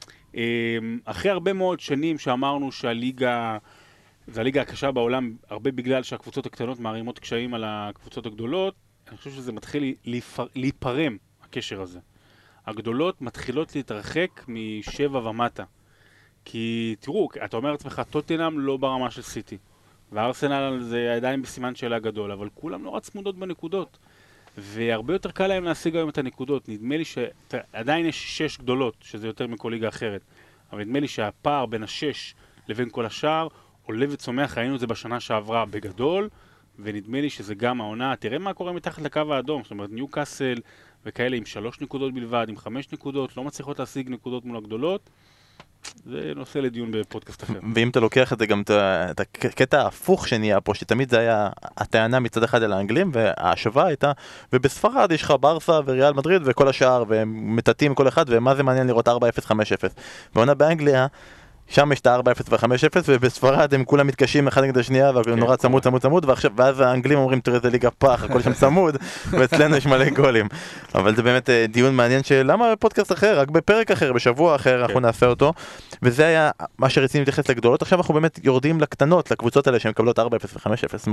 Speaker 3: אחרי הרבה מאוד שנים שאמרנו שהליגה, זה הליגה הקשה בעולם, הרבה בגלל שהקבוצות הקטנות מערימות קשיים על הקבוצות הגדולות, אני חושב שזה מתחיל להיפרם, הקשר הזה. הגדולות מתחילות להתרחק משבע ומטה. כי תראו, אתה אומר לעצמך, טוטנהאם לא ברמה של סיטי, וארסנל זה עדיין בסימן שאלה גדול, אבל כולם נורא צמודות בנקודות. והרבה יותר קל להם להשיג היום את הנקודות. נדמה לי שעדיין יש 6 גדולות, שזה יותר מכל ליגה אחרת. אבל נדמה לי שהפער בין 6 לבין כל השאר עולה וצומח, ראינו את זה בשנה שעברה בגדול, ונדמה לי שזה גם העונה. תראה מה קורה מתחת לקו האדום, זאת אומרת ניוקאסל וכאלה עם 3 נקודות בלבד, עם 5 נקודות, לא מצליחות להשיג נקודות מול הגדולות. זה נושא לדיון בפודקאסט אחר.
Speaker 1: ואם אתה לוקח את זה גם את הקטע ההפוך שנהיה פה, שתמיד זה היה הטענה מצד אחד על האנגלים, וההשוואה הייתה, ובספרד יש לך ברסה וריאל מדריד וכל השאר, והם מטאטים כל אחד, ומה זה מעניין לראות 4-0, 5-0. ועונה באנגליה, שם יש את ה-4-0 ו-5-0, ובספרד הם כולם מתקשים אחד נגד השנייה, ונורא צמוד, ואז האנגלים אומרים, תראה, זה ליגה פח, הכל שם צמוד, ואצלנו יש מלא גולים. אבל זה באמת דיון מעניין למה בפודקאסט אחר, רק בפרק אחר, בשבוע אחר, אנחנו נעשה אותו, וזה היה מה שרצינו להתייחס לגדולות. עכשיו אנחנו באמת יורדים לקטנות, לקבוצות האלה שהן מקבלות 4-0 ו-5-0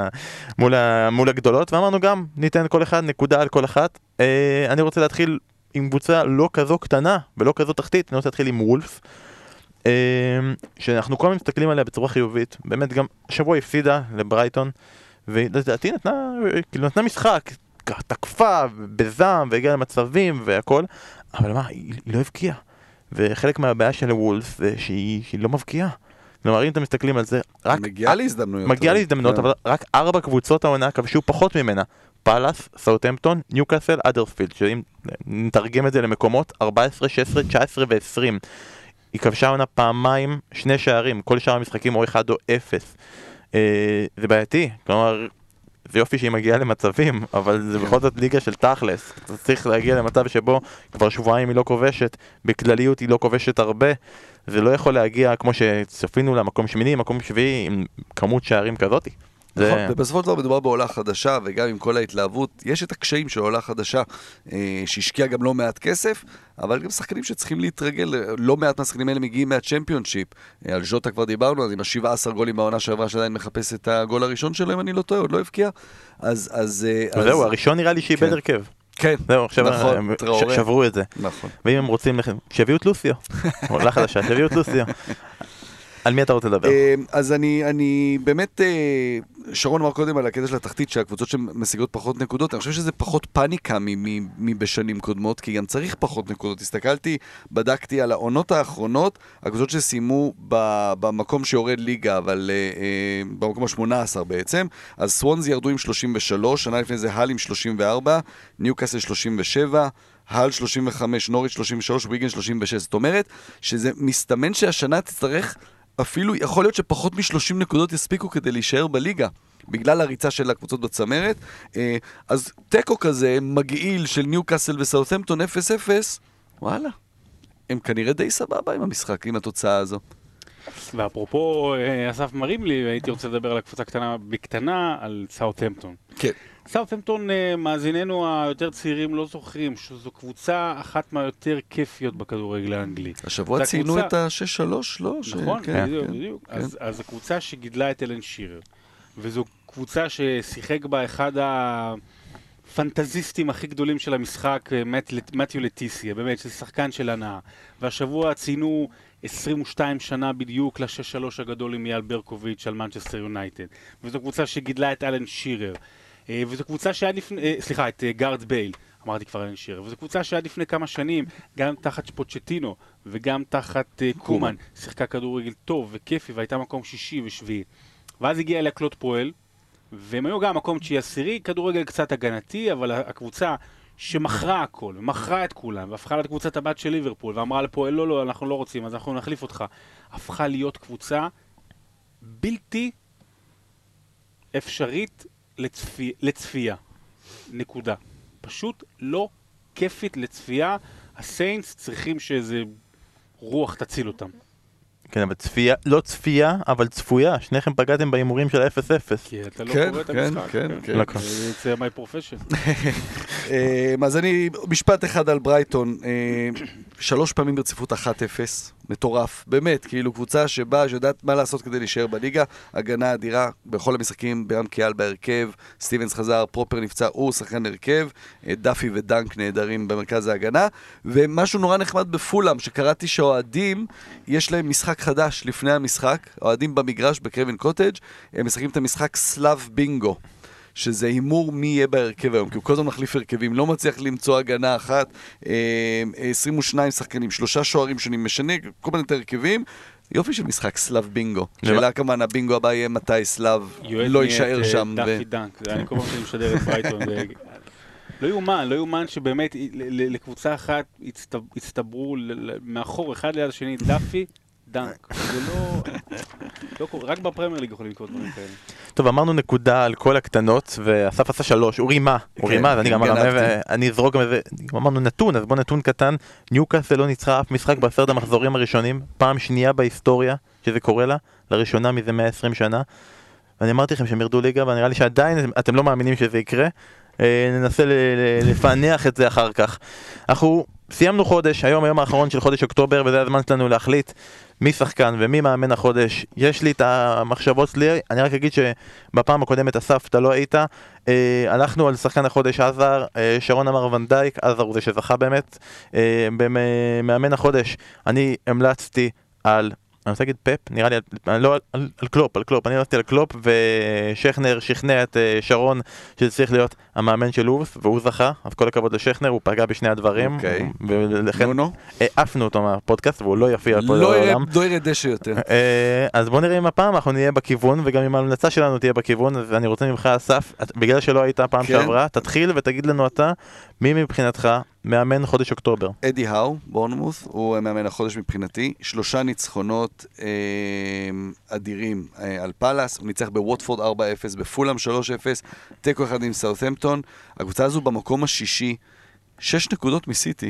Speaker 1: מול הגדולות, ואמרנו גם, ניתן כל אחד, נקודה על כל אחת. אני רוצה להתחיל עם קבוצה לא כזו קטנה ולא כזו תחתית, אני רוצה להתחיל עם וולף. שאנחנו כל הזמן מסתכלים עליה בצורה חיובית, באמת גם השבוע הפסידה לברייטון, ולדעתי נתנה משחק, תקפה בזעם והגיעה למצבים והכל, אבל מה, היא לא הבקיעה. וחלק מהבעיה של וולס זה שהיא לא מבקיעה. כלומר, אם אתם מסתכלים על זה,
Speaker 2: מגיעה להזדמנויות.
Speaker 1: מגיעה להזדמנויות, אבל רק 4 קבוצות העונה כבשו פחות ממנה. פאלאס, סאות'המפטון, ניוקאסל, אדרספילד, שאם נתרגם את זה למקומות, 14, 16, 19 ו-20. היא כבשה עונה פעמיים 2 שערים, כל שאר המשחקים או 1 או 0. זה בעייתי, כלומר, זה יופי שהיא מגיעה למצבים, אבל זה בכל זאת ליגה של תכלס. אתה צריך להגיע למצב שבו כבר שבועיים היא לא כובשת, בכלליות היא לא כובשת הרבה, זה לא יכול להגיע כמו שצפינו לה, מקום שמיני, מקום שביעי, עם כמות שערים כזאת.
Speaker 2: נכון, ובסופו של דבר מדובר בעולה חדשה, וגם עם כל ההתלהבות, יש את הקשיים של עולה חדשה, שהשקיע גם לא מעט כסף, אבל גם שחקנים שצריכים להתרגל, לא מעט מהשחקנים האלה מגיעים מהצ'מפיונשיפ. על ז'וטה כבר דיברנו, אז עם ה-17 גולים בעונה שעברה שעדיין מחפש את הגול הראשון שלו, אם אני לא טועה, עוד לא הבקיע.
Speaker 1: זהו, הראשון נראה לי שאיבד הרכב.
Speaker 2: כן,
Speaker 1: זהו, עכשיו שברו את זה.
Speaker 2: נכון.
Speaker 1: ואם הם רוצים, שיביאו את לוסיו. עולה חדשה, שיביאו את לוסיו. על מי אתה רוצה לדבר?
Speaker 2: אז אני באמת, שרון אמר קודם על הקטע של התחתית, שהקבוצות שמשיגות פחות נקודות, אני חושב שזה פחות פאניקה מבשנים קודמות, כי גם צריך פחות נקודות. הסתכלתי, בדקתי על העונות האחרונות, הקבוצות שסיימו במקום שיורד ליגה, אבל במקום ה-18 בעצם, אז סוונזי ירדו עם 33, שנה לפני זה הל עם 34, ניוקאסל 37, הל 35, נוריץ' 33, ויגן 36. זאת אומרת שזה מסתמן שהשנה תצטרך, אפילו יכול להיות שפחות מ-30 נקודות יספיקו כדי להישאר בליגה, בגלל הריצה של הקבוצות בצמרת. אז טקו כזה, מגעיל של ניוקאסל וסאות'המפטון 0-0, וואלה, הם כנראה די סבבה עם המשחק, עם התוצאה הזו.
Speaker 3: ואפרופו אסף מרים לי, הייתי רוצה לדבר על הקבוצה קטנה בקטנה, על סאות'המפטון.
Speaker 2: כן.
Speaker 3: סאות'המפטון, מאזיננו היותר צעירים לא זוכרים שזו קבוצה אחת מהיותר כיפיות בכדורגל האנגלי.
Speaker 2: השבוע ציינו את ה-6-3, לא?
Speaker 3: נכון, בדיוק. אז הקבוצה שגידלה את אלן שירר, וזו קבוצה ששיחק בה אחד הפנטזיסטים הכי גדולים של המשחק, מתיו לטיסיה, באמת, שזה שחקן של הנאה. והשבוע ציינו 22 שנה בדיוק ל-6-3 הגדול עם אייל ברקוביץ' על מנצ'סטר יונייטד. וזו קבוצה שגידלה את אלן שירר. וזו קבוצה שעד לפני, את גארד בייל, אמרתי כבר אלן שירר. וזו קבוצה שעד לפני כמה שנים, גם תחת פוצ'טינו וגם תחת קומן, שיחקה כדורגל טוב וכיפי, והייתה מקום 6 ו7. ואז הגיע אליה קלוד פועל, והם היו גם מקום 9-10, כדורגל קצת הגנתי, אבל הקבוצה שמכרה הכל, ומכרה את כולם, והפכה להיות קבוצת הבת של ליברפול, ואמרה לפועל, לא, אנחנו לא רוצים, אז אנחנו נחליף אותך. הפכה להיות קבוצה בלתי אפשרית לצפייה. נקודה. פשוט לא כיפית לצפייה. הסיינס צריכים שאיזה רוח תציל אותם.
Speaker 1: כן, אבל צפייה, לא צפייה, אבל צפויה. שניכם פגעתם באימורים של 0-0.
Speaker 3: כי אתה לא קורא את המשחק.
Speaker 2: כן.
Speaker 3: זה my profession.
Speaker 2: אז אני, משפט אחד על ברייטון. 3 פעמים ברציפות 1-0. מטורף. באמת, כאילו קבוצה שבאה, שיודעת מה לעשות כדי להישאר בליגה. הגנה אדירה בכל המשחקים, ברם קיאל בהרכב, סטיבנס חזר, פרופר נפצע, הוא שחקן הרכב, דאפי ודנק נהדרים במרכז ההגנה. ומשהו נורא נחמד בפולאם, שקראתי שהאוהדים, יש להם משחק חדש לפני המשחק, האוהדים במגרש בקרווין קוטג', הם משחקים את המשחק סלאב בינגו, שזה הימור מי יהיה בהרכב היום, כי הוא כל הזמן מחליף הרכבים, לא מצליח למצוא הגנה אחת, 22 שחקנים, 3 שוערים שונים, משנה כל מיני הרכבים, יופי של משחק סלאב בינגו. שאלה כמובן, הבינגו הבא יהיה מתי סלאב לא יישאר שם.
Speaker 3: דאפי דנק, אני כל פעם שאני משדר את ברייטון. לא יאומן שבאמת לקבוצה אחת הצטברו מאחור אחד ליד השני, דאפי דנק. זה לא קורה, רק בפרמייר ליג יכולים לקרות דברים כאלה.
Speaker 1: טוב, אמרנו נקודה על כל הקטנות, ואסף עשה 3, הוא רימה, ואני גם אני אזרוק מזה, אמרנו נתון, אז בוא נתון קטן, ניוקאסל לא ניצחה אף משחק ב10 המחזורים הראשונים, פעם שנייה בהיסטוריה שזה קורה לה, לראשונה מזה 120 שנה, ואני אמרתי לכם שהם ירדו ליגה, ונראה לי שעדיין אתם לא מאמינים שזה יקרה, ננסה לפענח את זה אחר כך. אנחנו סיימנו חודש, היום האחרון של חודש אוקטובר, וזה הזמן שלנו להחליט מי שחקן ומי מאמן החודש. יש לי את המחשבות שלי, אני רק אגיד שבפעם הקודמת אסף, אתה לא היית, הלכנו על שחקן החודש עזר, שרון אמר ונדייק, עזר הוא זה שזכה באמת. במאמן החודש אני המלצתי על אני רוצה להגיד פפ, נראה לי, לא על קלופ, אני הלכתי על קלופ, ושכנר שכנע את שרון שזה צריך להיות המאמן של אורס, והוא זכה, אז כל הכבוד לשכנר, הוא פגע בשני הדברים, ולכן העפנו אותו מהפודקאסט, והוא לא יפיע פה לעולם.
Speaker 2: לא ירד דשא יותר.
Speaker 1: אז בוא נראה אם הפעם אנחנו נהיה בכיוון, וגם אם ההמלצה שלנו תהיה בכיוון, אז אני רוצה ממך, אסף, בגלל שלא הייתה פעם שעברה, תתחיל ותגיד לנו אתה, מי מבחינתך מאמן חודש אוקטובר?
Speaker 2: אדי האו, בורנמות', הוא מאמן החודש מבחינתי, 3 ניצחונות אדירים על פלאס, הוא ניצח בווטפורד 4-0, בפולאם 3-0, תיקו אחד עם סאות'המפטון, הקבוצה הזו במקום השישי, 6 נקודות מסיטי.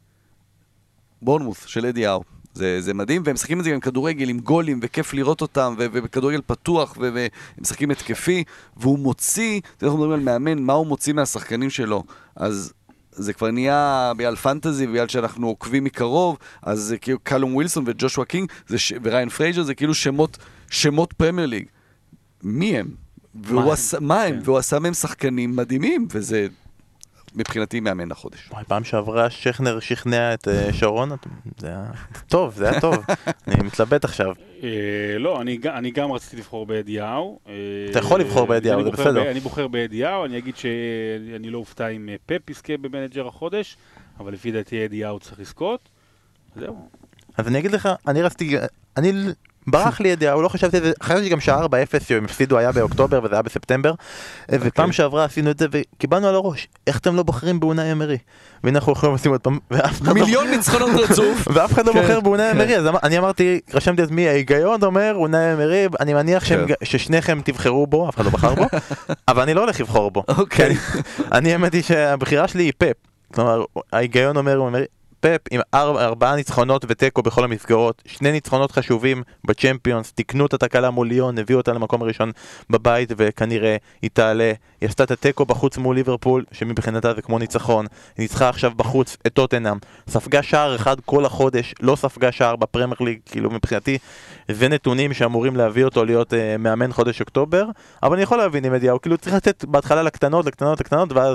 Speaker 2: בורנמות' של אדי האו. זה מדהים, והם משחקים את זה גם עם כדורגל, עם גולים, וכיף לראות אותם, ובכדורגל פתוח, והם משחקים התקפי, והוא מוציא, אנחנו מדברים על מאמן, מה הוא מוציא מהשחקנים שלו, אז זה כבר נהיה בגלל פנטזי, בגלל שאנחנו עוקבים מקרוב, אז זה כאילו קלום ווילסון וג'ושוע קינג, וריין פרייג'ר, זה כאילו שמות פרמייר ליג. מי הם? מה הם? והוא עשה מהם שחקנים מדהימים, וזה מבחינתי מאמן החודש.
Speaker 1: פעם שעברה שכנר שכנע את שרון, זה היה טוב, אני מתלבט עכשיו.
Speaker 3: לא, אני גם רציתי לבחור בידיעו.
Speaker 1: אתה יכול לבחור בידיעו, זה בסדר.
Speaker 3: אני בוחר בידיעו, אני אגיד שאני לא אופתע עם פפ יזכה במנג'ר החודש, אבל לפי דעתי ידיעו צריך לזכות. זהו.
Speaker 1: אז אני אגיד לך, אני ברח לי ידיעה, לא חשבתי את זה, חשבתי שגם שעה 4-0 הם הפסידו היה באוקטובר וזה היה בספטמבר, ופעם שעברה עשינו את זה וקיבלנו על הראש, איך אתם לא בוחרים באונאי אמרי? והנה אנחנו יכולים לשים עוד פעם,
Speaker 2: מיליון ניצחונות רצוף,
Speaker 1: ואף אחד לא בוחר באונאי אמרי, אז אני אמרתי, רשמתי את מי, ההיגיון אומר, אונאי אמרי, אני מניח ששניכם תבחרו בו, אף אחד לא בחר בו, אבל אני לא הולך לבחור בו, אני אמרתי שהבחירה שלי היא פפ, כלומר, ההיגיון אומר, פפ עם 4 ניצחונות וטקו בכל המסגרות, 2 ניצחונות חשובים בצ'מפיונס, תקנו את התקלה מול ליון, הביאו אותה למקום הראשון בבית וכנראה היא תעלה, היא עשתה את הטקו בחוץ מול ליברפול, שמבחינתה זה כמו ניצחון, היא ניצחה עכשיו בחוץ את טוטנהאם, ספגה שער אחד כל החודש, לא ספגה שער בפרמייר ליג, כאילו מבחינתי זה נתונים שאמורים להביא אותו להיות מאמן חודש אוקטובר, אבל אני יכול להבין עם ידיעה, הוא כאילו צריך לתת בהתחלה לקטנות ואז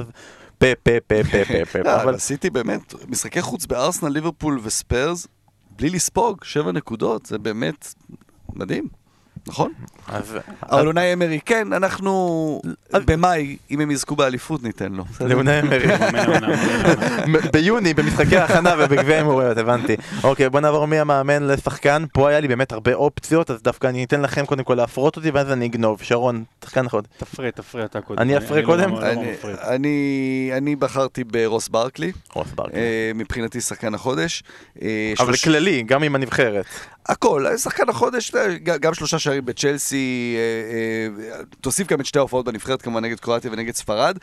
Speaker 2: אבל עשיתי באמת משחקי חוץ בארסנל, ליברפול וספרס בלי לספוג 7 נקודות, זה באמת מדהים, נכון? אבל אונאי אמרי, כן, אנחנו במאי, אם הם יזכו באליפות ניתן לו.
Speaker 1: לאונאי אמרי ביוני, במשחקי ההכנה ובגביע האמירויות, הבנתי. אוקיי, בוא נעבור מהמאמן לשחקן, פה היה לי באמת הרבה אופציות, אז דווקא אני אתן לכם קודם כל להפרות אותי ואז אני אגנוב. שרון, שחקן נכון.
Speaker 3: תפרה אתה קודם.
Speaker 1: אני אפרה קודם?
Speaker 2: אני בחרתי ברוס ברקלי, מבחינתי שחקן החודש.
Speaker 1: אבל כללי, גם עם הנבחרת.
Speaker 2: הכל, שחקן החודש, גם 3 שערים בצ'לסי, תוסיף גם את 2 ההופעות בנבחרת, כמובן נגד קרואטיה ונגד ספרד,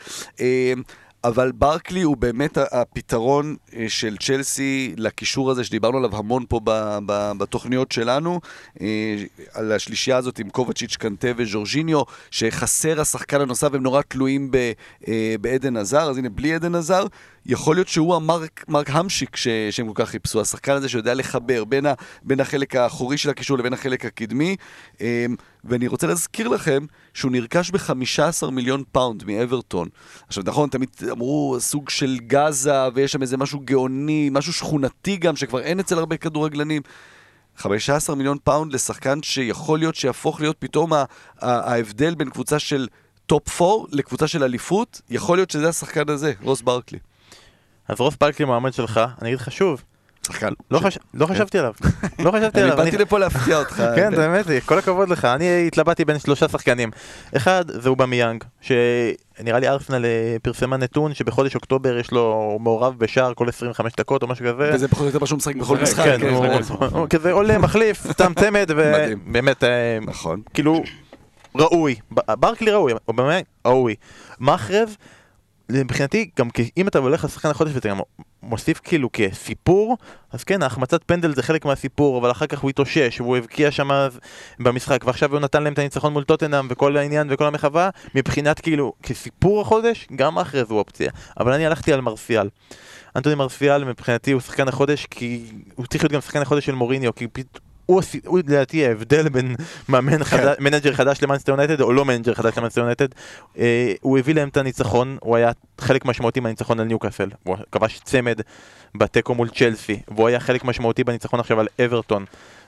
Speaker 2: אבל ברקלי הוא באמת הפתרון של צ'לסי לקישור הזה שדיברנו עליו המון פה בתוכניות שלנו, על השלישייה הזאת עם קובצ'יץ', קנטה וז'ורג'יניו, שחסר השחקן הנוסף, הם נורא תלויים בעדן עזר, אז הנה בלי עדן עזר, יכול להיות שהוא המרק המשיק שהם כל כך חיפשו, השחקן הזה שיודע לחבר בין החלק האחורי של הקישור לבין החלק הקדמי, ואני רוצה להזכיר לכם שהוא נרכש ב$15 מיליון מאברטון. עכשיו נכון, תמיד אמרו סוג של גזה, ויש שם איזה משהו גאוני, משהו שכונתי גם, שכבר אין אצל הרבה כדורגלנים. 15 מיליון פאונד לשחקן שיכול להיות שיהפוך להיות פתאום ההבדל בין קבוצה של טופ 4 לקבוצה של אליפות, יכול להיות שזה השחקן הזה, רוס ברקלי.
Speaker 1: אז רוס ברקלי מעמד שלך, אני אגיד לך שוב,
Speaker 2: שחקן.
Speaker 1: לא חשבתי עליו.
Speaker 2: אני באתי לפה להפתיע אותך.
Speaker 1: כן, זה באמת, כל הכבוד לך. אני התלבטתי בין 3 שחקנים. אחד, זה אובמיאנג, שנראה לי ארסנל פרסמה נתון שבחודש אוקטובר יש לו מעורב בשער כל 25 דקות או משהו כזה.
Speaker 2: וזה פחות או יותר משהו משחק בכל משחק.
Speaker 1: כן, הוא כזה עולה, מחליף, סתם צמד, ובאמת, כאילו, ראוי. ברקלי ראוי, אובמיאנג ראוי. מחרב, מבחינתי, גם אם אתה הולך לשחקן החודש ואתה גם מוסיף כאילו כסיפור, אז כן, ההחמצת פנדל זה חלק מהסיפור, אבל אחר כך הוא התאושש, והוא הבקיע שם במשחק, ועכשיו הוא נתן להם את הניצחון מול טוטנהאם וכל העניין וכל המחווה, מבחינת כאילו, כסיפור החודש, גם אחרי זו אופציה. אבל אני הלכתי על מרסיאל. אנטוני מרסיאל מבחינתי הוא שחקן החודש, כי הוא צריך להיות גם שחקן החודש של מוריניו, כי הוא לדעתי ההבדל בין מנג'ר חדש למאנצ'סטר יונייטד או לא מנג'ר חדש למאנצ'סטר יונייטד. הוא הביא להם את הניצחון, הוא היה חלק משמעותי מהניצחון על ניוקאסל, הוא כבש צמד בטקו מול צ'לסי, והוא היה חלק משמעותי בניצחון עכשיו על אברטון,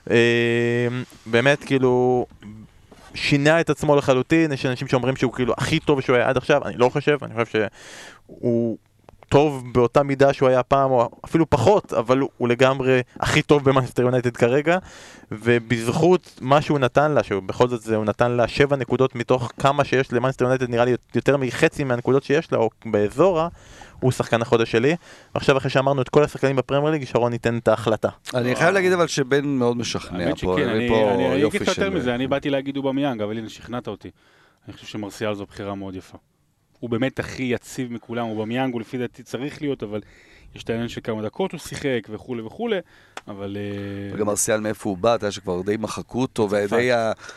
Speaker 1: באמת כאילו שינה את עצמו לחלוטין. יש אנשים שאומרים שהוא כאילו הכי טוב שהוא היה עד עכשיו, אני לא חושב, אני חושב שהוא טוב באותה מידה שהוא היה פעם, או אפילו פחות, אבל הוא לגמרי הכי טוב במנצ'סטר יונייטד כרגע, ובזכות מה שהוא נתן לה, שהוא בכל זאת הוא נתן לה 7 נקודות מתוך כמה שיש למנצ'סטר יונייטד, נראה לי יותר מחצי מהנקודות שיש לה, או באזורה, הוא שחקן החודש שלי. ועכשיו אחרי שאמרנו את כל השחקנים בפרמייר ליג, שרון ייתן את ההחלטה.
Speaker 2: אני חייב להגיד אבל שבן מאוד משכנע פה,
Speaker 3: אני אגיד יותר מזה, אני באתי להגיד אובמיאנג, אבל הנה שכנעת אותי. אני חושב שמרסיאל זו בחירה מאוד יפה. הוא באמת הכי יציב מכולם, אובמיאנג הוא לפי דעתי צריך להיות, אבל יש את העניין שכמה דקות הוא שיחק וכו' וכו', אבל...
Speaker 2: וגם מרסיאל מאיפה הוא בא, אתה יודע שכבר די מחקו אותו, ודי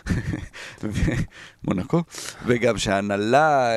Speaker 2: מונקו, וגם שההנהלה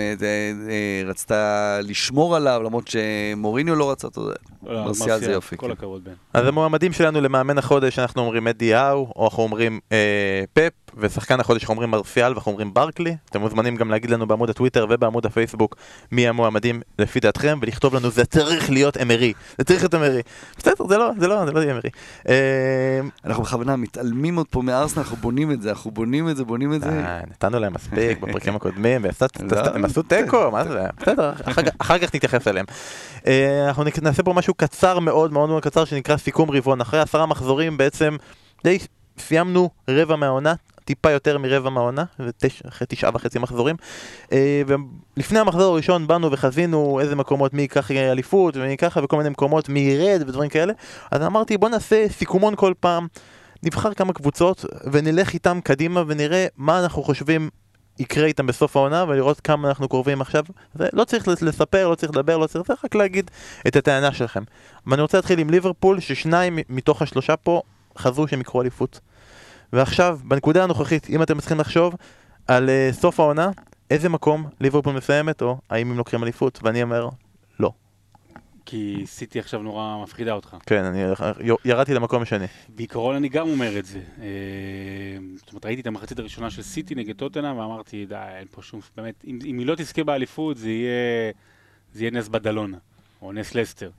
Speaker 2: רצתה לשמור עליו, למרות שמוריניו לא רצה אותו, מרסיאל זה יופי.
Speaker 3: כל הכבוד בן.
Speaker 1: אז המועמדים שלנו למאמן החודש, אנחנו אומרים אדי האו, או אנחנו אומרים פפ, ושחקן החודש אנחנו אומרים מרסיאל, ואנחנו אומרים ברקלי. אתם מוזמנים גם להגיד לנו בעמוד הטוויטר ובעמוד הפייסבוק מי המועמדים לפי דעתכם, ולכתוב לנו זה צריך להיות אמרי, זה צריך להיות אמרי. בסדר, זה לא יהיה אמרי.
Speaker 2: אנחנו בכוונה מתעלמים עוד פה מארסנל, אנחנו בונים את זה.
Speaker 1: נתנו להם מספיק בפרקים הקודמים, הם עשו טקו, מה זה? בסדר, אחר כך נתייחס אליהם. אנחנו נעשה פה משהו קצר מאוד מאוד מאוד קצר שנקרא סיכום רבעון. אחרי 10 מחזורים בעצם די סיימנו רבע מהעונה, טיפה יותר מרבע מהעונה, אחרי 9.5 מחזורים. ולפני המחזור הראשון באנו וחזינו איזה מקומות מי ייקח אליפות ומי ייקח וכל מיני מקומות מי ירד ודברים כאלה. אז אמרתי בוא נעשה סיכומון כל פעם, נבחר כמה קבוצות ונלך איתם קדימה ונראה מה אנחנו חושבים יקרה איתם בסוף העונה ולראות כמה אנחנו קרובים עכשיו. לא צריך לספר, לא צריך לדבר, לא צריך רק להגיד את הטענה שלכם. ואני רוצה להתחיל עם ליברפול, ששניים מתוך השלושה פה חזרו שהם יקרו אליפות. ועכשיו, בנקודה הנוכחית, אם אתם צריכים לחשוב על סוף העונה, איזה מקום ליברפול מסיימת, או האם הם לוקחים אליפות, ואני אומר, לא.
Speaker 3: כי סיטי עכשיו נורא מפחידה אותך.
Speaker 1: כן, אני ירדתי למקום השני.
Speaker 3: בעיקרון אני גם אומר את זה. זאת אומרת, ראיתי את המחצית הראשונה של סיטי נגד טוטנהאם, ואמרתי, די, אין פה שום, באמת, אם היא לא תזכה באליפות, זה יהיה נס בדלונה, או נס לסטר.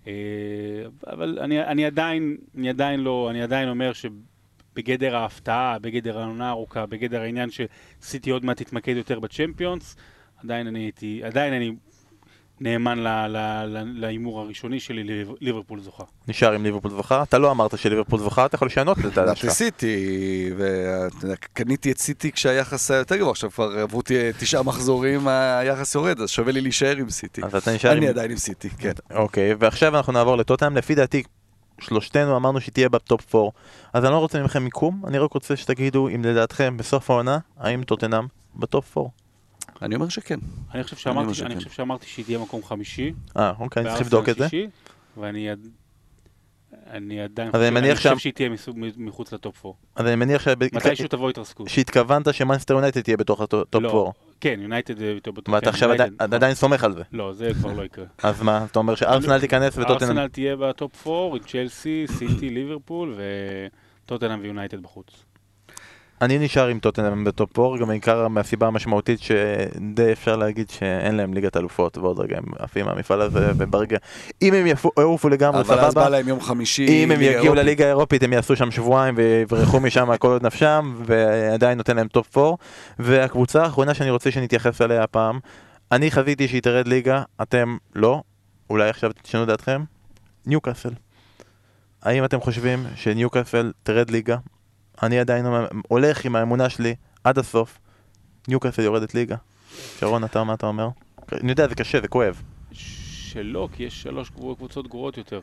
Speaker 3: אבל אני עדיין אומר שבגדר ההפתעה, בגדר העונה הארוכה, בגדר העניין שסיטי עוד מעט תתמקד יותר בצ'מפיונס, עדיין אני נאמן לאימור הראשוני שלי, ליברפול זוכה. נשאר עם ליברפול זוכה? אתה לא אמרת שליברפול זוכה, אתה יכול לשנות את הדעה שלך.
Speaker 2: סיטי, וקניתי את סיטי כשהיחס היה יותר גבוה, עכשיו כבר עברו 9 מחזורים, היחס יורד, אז שווה לי להישאר עם סיטי. אני עדיין עם סיטי, כן.
Speaker 1: אוקיי, ועכשיו אנחנו נעבור לטוטנהאם, לפי דעתי, שלושתנו אמרנו שתהיה בטופ 4, אז אני לא רוצה ממכם מיקום, אני רק רוצה שתגידו אם לדעתכם בסוף העונה, האם טוטנהאם בטופ 4.
Speaker 2: אני אומר שכן.
Speaker 3: אני חושב שאמרתי שהיא תהיה מקום 5.
Speaker 1: אוקיי, אני צריך לבדוק את זה.
Speaker 3: ואני עדיין חושב שהיא תהיה מחוץ לטופ 4.
Speaker 1: אז אני מניח
Speaker 3: מתישהו תבוא התרסקות.
Speaker 1: שהתכוונת שמנצ'סטר יונייטד תהיה בתוך הטופ 4.
Speaker 3: לא, כן, יונייטד בתוך הטופ 4.
Speaker 1: ואתה עכשיו עדיין סומך על זה.
Speaker 3: לא, זה כבר לא יקרה.
Speaker 1: אז מה, אתה אומר שארסנל תיכנס וטוטנהאם?
Speaker 3: ארסנל תהיה בטופ 4, עם צ'לסי, סיטי, ליברפול וטוטנהאם ויונייטד בחוץ.
Speaker 1: אני נשאר עם טוטנהאם בטופ 4, גם בעיקר מהסיבה המשמעותית שדי אפשר להגיד שאין להם ליגת אלופות, ועוד רגע הם עפים מהמפעל הזה, וברגע, אם הם יעופו לגמרי, סבבה,
Speaker 2: אבל אז בא להם יום חמישי,
Speaker 1: אם הם יגיעו לליגה האירופית, הם יעשו שם שבועיים ויברחו משם כל עוד נפשם, ועדיין נותן להם טופ 4, והקבוצה האחרונה שאני רוצה שנתייחס עליה הפעם, אני חזיתי שהיא תרד ליגה, אתם לא, אולי עכשיו תשנו דעתכם, ניוקאסל. האם אתם חושבים שניוקאסל תרד ליגה? אני עדיין הולך עם האמונה שלי עד הסוף. ניוקאסל יורדת ליגה. שרון, מה אתה אומר? אני יודע, זה קשה, זה כואב.
Speaker 3: שלא, כי יש 3 קבוצות גרועות יותר.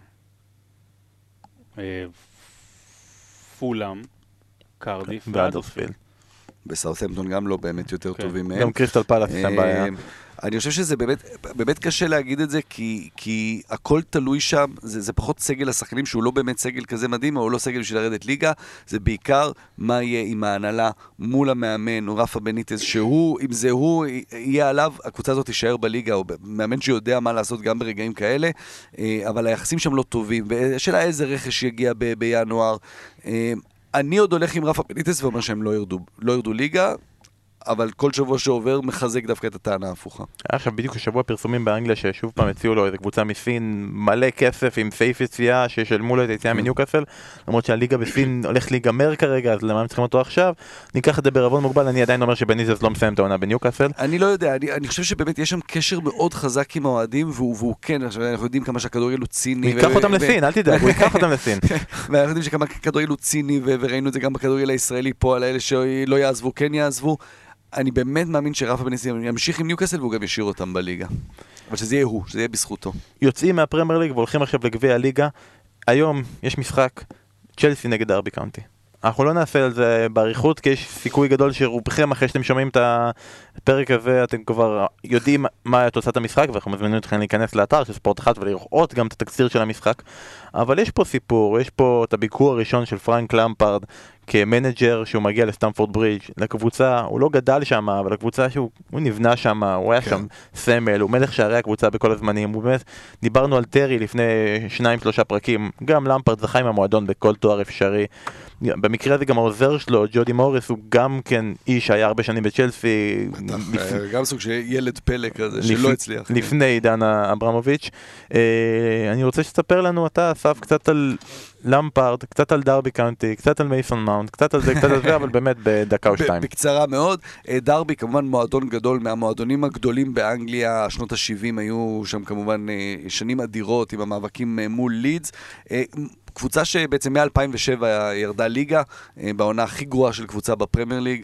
Speaker 3: פולאם, קרדיף
Speaker 1: והדרספילד.
Speaker 2: בסאות'המפטון גם לא באמת יותר טובים מהם.
Speaker 1: גם קריסטל פלאס יש להם בעיה.
Speaker 2: אני חושב שזה באמת קשה להגיד את זה, כי הכל תלוי שם, זה פחות סגל השחקנים שהוא לא באמת סגל כזה מדהים, או לא סגל בשביל לרדת ליגה, זה בעיקר מה יהיה עם ההנהלה מול המאמן, או רפה בניטס, שהוא, אם זה הוא, יהיה עליו, הקבוצה הזאת תישאר בליגה, או מאמן שיודע מה לעשות גם ברגעים כאלה, אבל היחסים שם לא טובים, והשאלה איזה רכש יגיע בינואר, אני עוד הולך עם רפה בניטס ואומר שהם לא ירדו ליגה, אבל כל שבוע שעובר מחזק דווקא את הטענה ההפוכה.
Speaker 1: עכשיו בדיוק השבוע פרסומים באנגליה ששוב פעם הציעו לו איזה קבוצה מסין מלא כסף עם סעיף יציאה שישלמו לו את היציאה מניוקאסל, למרות שהליגה בסין הולכת להיגמר כרגע, אז למה הם צריכים אותו עכשיו? ניקח את זה בערבון מוגבל, אני עדיין אומר שבניזס לא מסיים את העונה בניוקאסל.
Speaker 2: אני לא יודע, אני חושב שבאמת יש שם קשר מאוד חזק עם האוהדים, והוא כן, אנחנו יודעים כמה שהכדורגל הוא ציני.
Speaker 1: הוא ייקח אותם לסין, אל תדאג, הוא ייקח אותם לסין.
Speaker 2: ואנחנו יודעים שכמה הכדורגל הוא ציני, וראינו את זה גם בכדורגל הישראלי פה, על האלה שלא יעזבו, כן יעזבו. אני באמת מאמין שרפה בניזס ימשיך עם ניוקאסל והוא גם ישאיר אותם בליגה. אבל שזה יהיה הוא, שזה יהיה בזכותו.
Speaker 1: יוצאים מהפרמייר ליג והולכים עכשיו לגביע הליגה. היום יש משחק צ'לסי נגד דרבי קאונטי. אנחנו לא נעשה על זה בעריכות, כי יש סיכוי גדול שרובכם אחרי שאתם שומעים את הפרק הזה, אתם כבר יודעים מה תוצאת המשחק, ואנחנו מזמינים אתכם להיכנס לאתר של ספורט אחת ולראות גם את התקציר של המשחק. אבל יש פה סיפור, יש פה את הביקור הראשון של פרנק למפרד כמנג'ר שהוא מגיע לסטמפורד ברידג' לקבוצה, הוא לא גדל שם, אבל הקבוצה שהוא נבנה שם, הוא היה שם סמל, הוא מלך שערי הקבוצה בכל הזמנים, הוא באמת, דיברנו על טרי לפני 2-3 פרקים, גם למפרד זכה עם המועדון בכל תואר אפשרי, במקרה הזה גם העוזר שלו, ג'ודי מוריס, הוא גם כן איש היה הרבה שנים בצ'לסי,
Speaker 2: גם סוג של ילד פלא כזה שלא הצליח.
Speaker 1: לפני עידן אברמוביץ'. אני רוצה שתספר לנו אתה, אסף, קצת על למפרד, קצת על דרבי קאונטי, קצת על מייסון מאונט, קצת על זה, קצת על זה, אבל באמת בדקה או שתיים.
Speaker 2: בקצרה מאוד. דרבי כמובן מועדון גדול, מהמועדונים הגדולים באנגליה, שנות ה-70 היו שם כמובן שנים אדירות עם המאבקים מול לידס. קבוצה שבעצם מ-2007 ירדה ליגה, בעונה הכי גרועה של קבוצה בפרמייר ליג,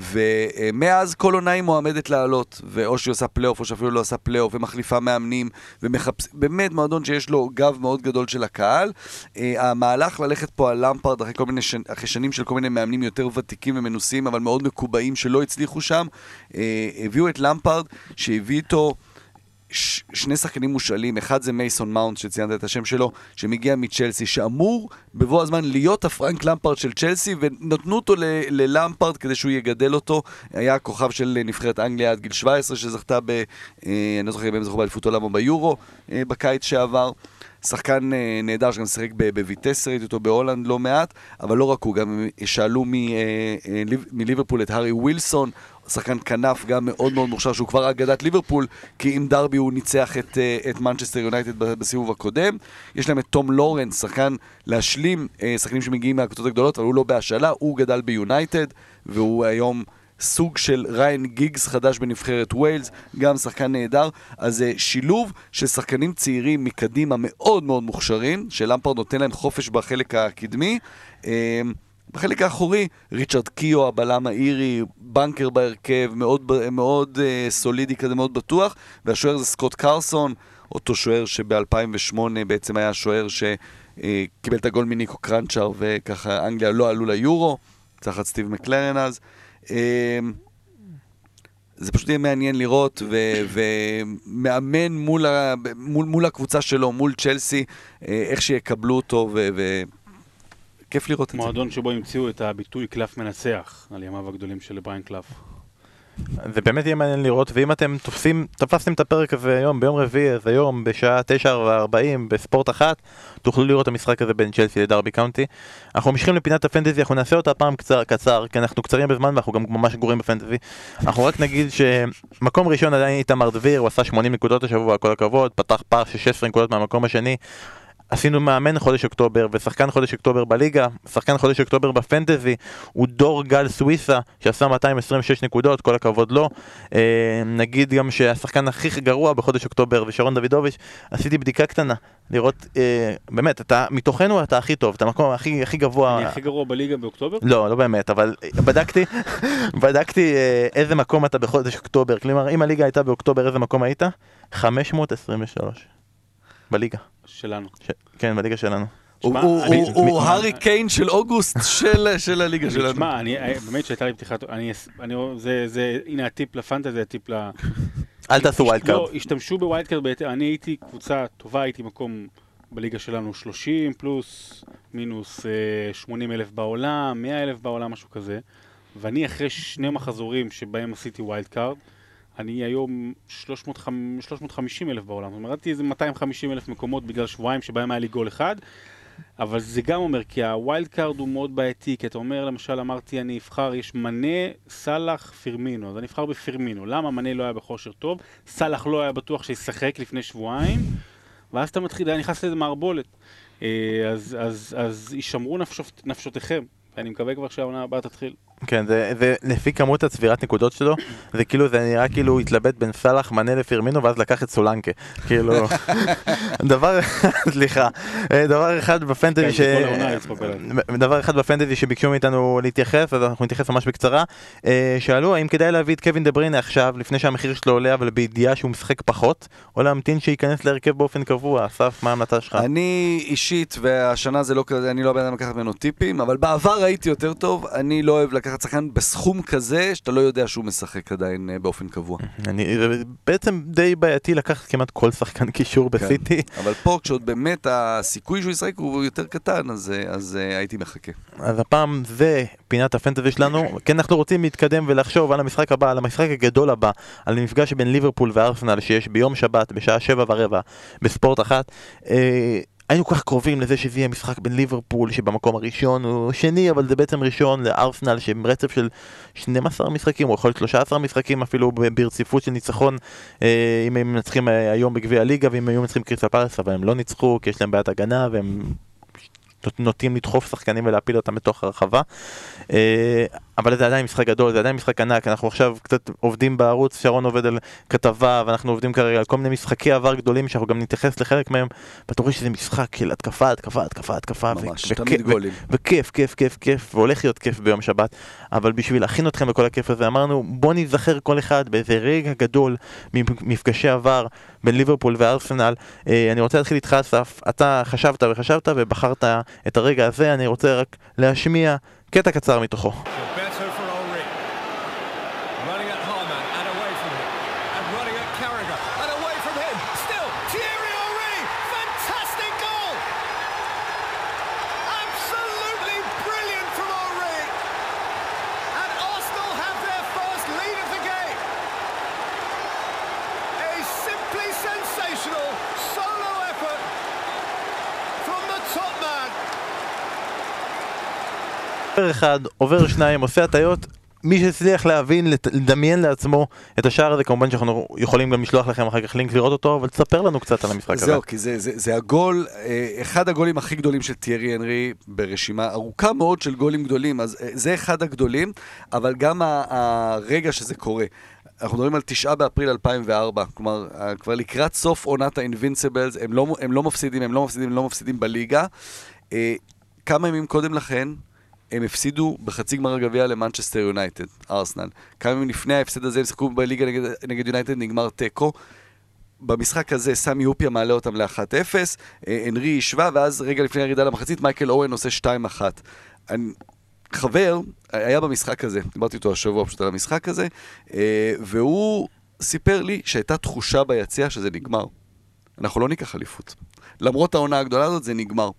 Speaker 2: ומאז כל עונה היא מועמדת לעלות, ואו שהיא עושה פלייאוף, או שאפילו לא עושה פלייאוף, ומחליפה מאמנים, באמת מועדון שיש לו גב מאוד גדול של הקהל. המהלך ללכת פה על למפרד, אחרי שנים של כל מיני מאמנים יותר ותיקים ומנוסים, אבל מאוד מקובעים שלא הצליחו שם, הביאו את למפרד, שהביא איתו שני שחקנים מושאלים, אחד זה מייסון מאונט שציינת את השם שלו, שמגיע מצ'לסי, שאמור בבוא הזמן להיות הפרנק למפרד של צ'לסי, ונתנו אותו ללמפרד כדי שהוא יגדל אותו. היה הכוכב של נבחרת אנגליה עד גיל 17 שזכתה אני לא זוכר אם זכו באליפות העולם או ביורו בקיץ שעבר. שחקן נהדר שגם שיחק בויטס, ראיתי אותו בהולנד לא מעט, אבל לא רק הוא, גם שאלו מליברפול את הארי ווילסון, שחקן כנף גם מאוד מאוד מוכשר, שהוא כבר אגדת ליברפול, כי עם דרבי הוא ניצח את מנצ'סטר יונייטד בסיבוב הקודם. יש להם את תום לורנס, שחקן להשלים, שחקנים שמגיעים מהקבוצות הגדולות, אבל הוא לא בהשאלה, הוא גדל ביונייטד, והוא היום סוג של ריין גיגס חדש בנבחרת ווילס, גם שחקן נהדר. אז שילוב של שחקנים צעירים מקדימה מאוד מאוד מוכשרים, שלמפרד נותן להם חופש בחלק הקדמי. בחלק האחורי, ריצ'רד קיו, הבלם האירי, בנקר בהרכב, מאוד, מאוד סולידי כזה, מאוד בטוח, והשוער זה סקוט קרסון, אותו שוער שב-2008 בעצם היה שוער שקיבל את הגול מניקו קרנצ'ר, וככה אנגליה לא עלו ליורו, תחת סטיב מקלרן אז. זה פשוט יהיה מעניין לראות, ומאמן מול הקבוצה שלו, מול צ'לסי, איך שיקבלו אותו, כיף לראות את זה.
Speaker 3: מועדון שבו המציאו את הביטוי קלף מנצח, על ימיו הגדולים של בריין קלף.
Speaker 1: זה באמת יהיה מעניין לראות, ואם אתם תפסתם את הפרק הזה היום, ביום רביעי, אז היום בשעה 9:40 בספורט אחת, תוכלו לראות את המשחק הזה בין צ'לסי לדרבי קאונטי. אנחנו ממשיכים לפינת הפנטזי, אנחנו נעשה אותה פעם קצר, כי אנחנו קצרים בזמן ואנחנו גם ממש גרועים בפנטזי. אנחנו רק נגיד שמקום ראשון עדיין איתמר דביר, הוא עשה 80 נקודות השבוע, כל הכבוד, פתח פער של 16 נקודות מהמקום השני. עשינו מאמן חודש אוקטובר ושחקן חודש אוקטובר בליגה, שחקן חודש אוקטובר בפנטזי הוא דור גל סוויסה שעשה 226 נקודות, כל הכבוד לו. נגיד גם שהשחקן הכי גרוע בחודש אוקטובר ושרון דוידוביץ', עשיתי בדיקה קטנה לראות, באמת, אתה מתוכנו אתה הכי טוב, אתה המקום הכי גבוה.
Speaker 3: אני הכי גרוע בליגה באוקטובר?
Speaker 1: לא באמת, אבל בדקתי איזה מקום אתה בחודש אוקטובר, כלומר אם הליגה הייתה באוקטובר איזה מקום היית? 523 בליגה
Speaker 3: שלנו.
Speaker 1: כן, בליגה שלנו.
Speaker 2: הוא הארי קיין של אוגוסט של הליגה שלנו.
Speaker 3: תשמע, באמת שהייתה לי פתיחת, הנה הטיפ לפנטזי, הטיפ ל...
Speaker 1: אל תעשו ווילד קארד.
Speaker 3: לא, השתמשו בווילד קארד, אני הייתי קבוצה טובה, הייתי מקום בליגה שלנו 30 פלוס, מינוס 80,000 בעולם, 100,000 בעולם, משהו כזה, ואני אחרי 2 מחזורים שבהם עשיתי ווילד קארד, אני היום 350,000 בעולם, זאת אומרת, איזה 250,000 מקומות בגלל שבועיים שבהם היה לי גול אחד, אבל זה גם אומר, כי הווילד קארד הוא מאוד בעייתי, כי אתה אומר, למשל, אמרתי, אני אבחר, יש מנה, סלח, פירמינו, אז אני אבחר בפירמינו. למה מנה לא היה בכושר טוב? סלח לא היה בטוח שישחק לפני שבועיים, ואז אתה מתחיל, אני נכנס לזה מערבולת. אז ישמרו נפשותיכם, ואני מקווה כבר שהעונה הבאה תתחיל.
Speaker 1: כן, זה לפי כמות הצבירת נקודות שלו, זה כאילו, זה נראה כאילו הוא התלבט בין סלח, מנה לפירמינו, ואז לקח את סולנקה. כאילו, דבר אחד בפנטזי שביקשו מאיתנו להתייחס, אז אנחנו נתייחס ממש בקצרה. שאלו, האם כדאי להביא את קווין דה ברינה עכשיו, לפני שהמחיר שלו עולה, אבל בידיעה שהוא משחק פחות, או להמתין שייכנס להרכב באופן קבוע? אסף, מה ההמלצה שלך?
Speaker 2: אני אישית, והשנה זה לא כזה, אני לא בן אדם לקחת ממנו טיפים, אבל בעבר הייתי יותר טוב, אני לא אוהב לקחת שחקן בסכום כזה, שאתה לא יודע שהוא משחק עדיין באופן קבוע.
Speaker 1: זה בעצם די בעייתי לקחת כמעט כל שחקן קישור בסיטי.
Speaker 2: אבל פה, כשעוד באמת הסיכוי שהוא ישחק הוא יותר קטן, אז הייתי מחכה.
Speaker 1: אז הפעם זה פינת הפנטזי שלנו, כן אנחנו רוצים להתקדם ולחשוב על המשחק הבא, על המשחק הגדול הבא, על המפגש בין ליברפול וארסנל שיש ביום שבת בשעה 7:15 בספורט 1. היינו כל כך קרובים לזה שזה יהיה משחק בין ליברפול שבמקום הראשון הוא שני, אבל זה בעצם ראשון לארסנל שהם רצף של 12 משחקים או יכול להיות 13 משחקים אפילו ברציפות של ניצחון, אם הם מנצחים היום בגביע הליגה ואם היו מנצחים קריסטל פאלאס, אבל הם לא ניצחו כי יש להם בעיית הגנה והם נוטים לדחוף שחקנים ולהפיל אותם בתוך הרחבה. אבל זה עדיין משחק גדול, זה עדיין משחק ענק. אנחנו עכשיו קצת עובדים בערוץ, שרון עובד על כתבה, ואנחנו עובדים כרגע על כל מיני משחקי עבר גדולים, שאנחנו גם נתייחס לחלק מהם, ואתה רואה שזה משחק של התקפה,
Speaker 2: ממש, תמיד גולים.
Speaker 1: וכיף, והולך להיות כיף ביום שבת, אבל בשביל להכין אתכם בכל הכיף הזה, אמרנו, בוא נזכר כל אחד באיזה רגע גדול ממפגשי עבר בין ליברפול וארסנל. אני רוצה להתחיל איתך, אסף, אתה חשבת ובחרת את הרגע הזה, אני רוצה רק להשמיע קטע קצר מתוכו. עובר אחד, עובר שניים, עושה הטיות. מי שהצליח להבין, לדמיין לעצמו את השער הזה, כמובן שאנחנו יכולים גם לשלוח לכם אחר כך לינק לראות אותו, אבל תספר לנו קצת על המשחק הזה.
Speaker 2: זהו, כי זה הגול, אחד הגולים הכי גדולים של תיארי הנרי, ברשימה ארוכה מאוד של גולים גדולים, אז זה אחד הגדולים, אבל גם הרגע שזה קורה. אנחנו מדברים על 9 באפריל 2004, כלומר, כבר לקראת סוף עונת האינבינסיבלס, הם לא מפסידים בליגה. כמה ימים קודם לכן, הם הפסידו בחצי גמר הגביע למנצ'סטר יונייטד, ארסנל. כמה ימים לפני ההפסד הזה, הם שיחקו בליגה נגד יונייטד, נגמר טקו. במשחק הזה, סמי הופיה מעלה אותם ל-1-0, הנרי ישווה, ואז רגע לפני הירידה למחצית, מייקל אורן עושה 2-1. חבר היה במשחק הזה, דיברתי איתו השבוע פשוט על המשחק הזה, והוא סיפר לי שהייתה תחושה ביציאה שזה נגמר. אנחנו לא ניקח אליפות. למרות העונה הגדולה הזאת, זה נגמר.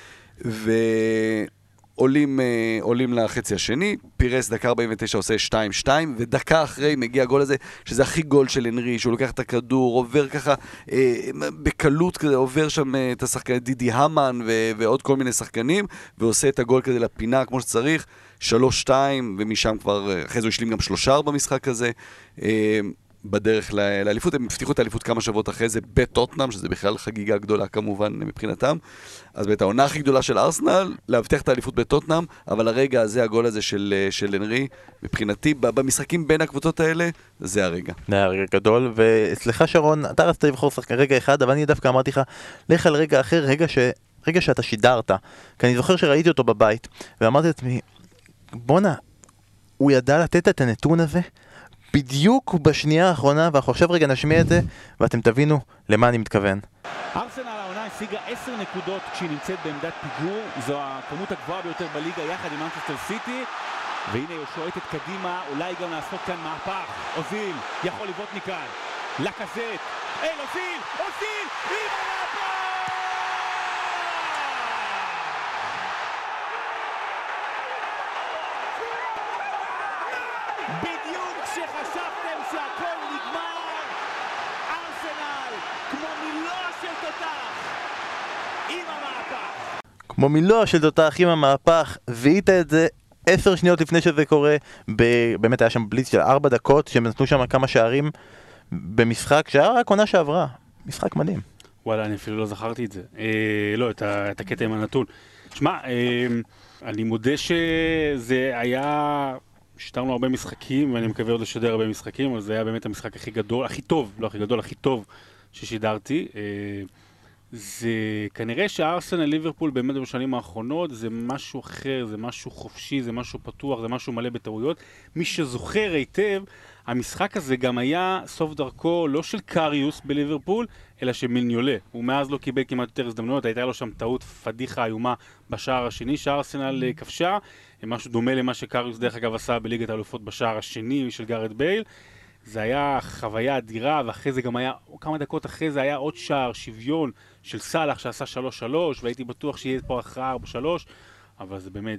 Speaker 2: עולים לחצי השני, פירס דקה 49 עושה 2-2, ודקה אחרי מגיע הגול הזה, שזה הכי גול של הנרי, שהוא לוקח את הכדור, עובר ככה בקלות כזה, עובר שם את השחקן דידי המן ועוד כל מיני שחקנים, ועושה את הגול כזה לפינה כמו שצריך, 3-2, ומשם כבר, אחרי זה הוא השלים גם 3 במשחק הזה, בדרך לאליפות. הם הבטיחו את האליפות כמה שבועות אחרי זה בטוטנאם, שזה בכלל חגיגה גדולה כמובן מבחינתם. אז באמת העונה הכי גדולה של ארסנל, להבטיח את האליפות בטוטנאם, אבל הרגע הזה, הגול הזה של הנרי, מבחינתי, במשחקים בין הקבוצות האלה, זה הרגע. זה
Speaker 1: הרגע גדול, וסליחה שרון, אתה רצית לבחור שחקן רגע אחד, אבל אני דווקא אמרתי לך, לך על רגע אחר, רגע שאתה שידרת, כי אני זוכר שראיתי אותו בבית, ואמרתי לעצמי, בונה, הוא ידע לתת את הנתון הזה, בדיוק בשנייה האחרונה, ואנחנו עכשיו רגע נשמיע את זה, ואתם תבינו למה אני מתכוון.
Speaker 4: ארסנל העונה השיגה 10 נקודות כשהיא נמצאת בעמדת פיגור, זו הכמות הגבוהה ביותר בליגה יחד עם מנצ'סטר סיטי, והנה היא שועטת קדימה, אולי גם לעשות כאן מהפך. אוזיל יכול לבעוט מכאן, לקזט, אוזיל, עם המהפך! בדיוק כשחשבתם שהכל נגמר, ארסנל כמו מילוע של תותח עם המהפך.
Speaker 1: כמו מילוא של תותח עם המהפך, זיהית את זה 10 שניות לפני שזה קורה, באמת היה שם בליץ של 4 דקות, שהם נתנו שם כמה שערים במשחק שהיה רק עונה שעברה, משחק מדהים.
Speaker 3: וואלה, אני אפילו לא זכרתי את זה. לא, את הקטע עם הנתון. שמע, אני מודה שזה היה... שידרנו הרבה משחקים, ואני מקווה עוד לשדר הרבה משחקים, אבל זה היה באמת המשחק הכי גדול, הכי טוב, לא הכי גדול, הכי טוב ששידרתי. זה כנראה שהארסנל ליברפול באמת בשנים האחרונות זה משהו אחר, זה משהו חופשי, זה משהו פתוח, זה משהו מלא בטעויות. מי שזוכר היטב, המשחק הזה גם היה סוף דרכו לא של קריוס בליברפול, אלא של מיניולה. הוא מאז לא קיבל כמעט יותר הזדמנויות, הייתה לו שם טעות פדיחה איומה בשער השני שהארסנל כבשה, משהו דומה למה שקריוס דרך אגב עשה בליגת האלופות בשער השני של גארד בייל. זה היה חוויה אדירה, ואחרי זה גם היה, כמה דקות אחרי זה היה עוד שער שוויון של סלאח שעשה 3-3, והייתי בטוח שיהיה פה הכרעה 4-3, אבל זה באמת,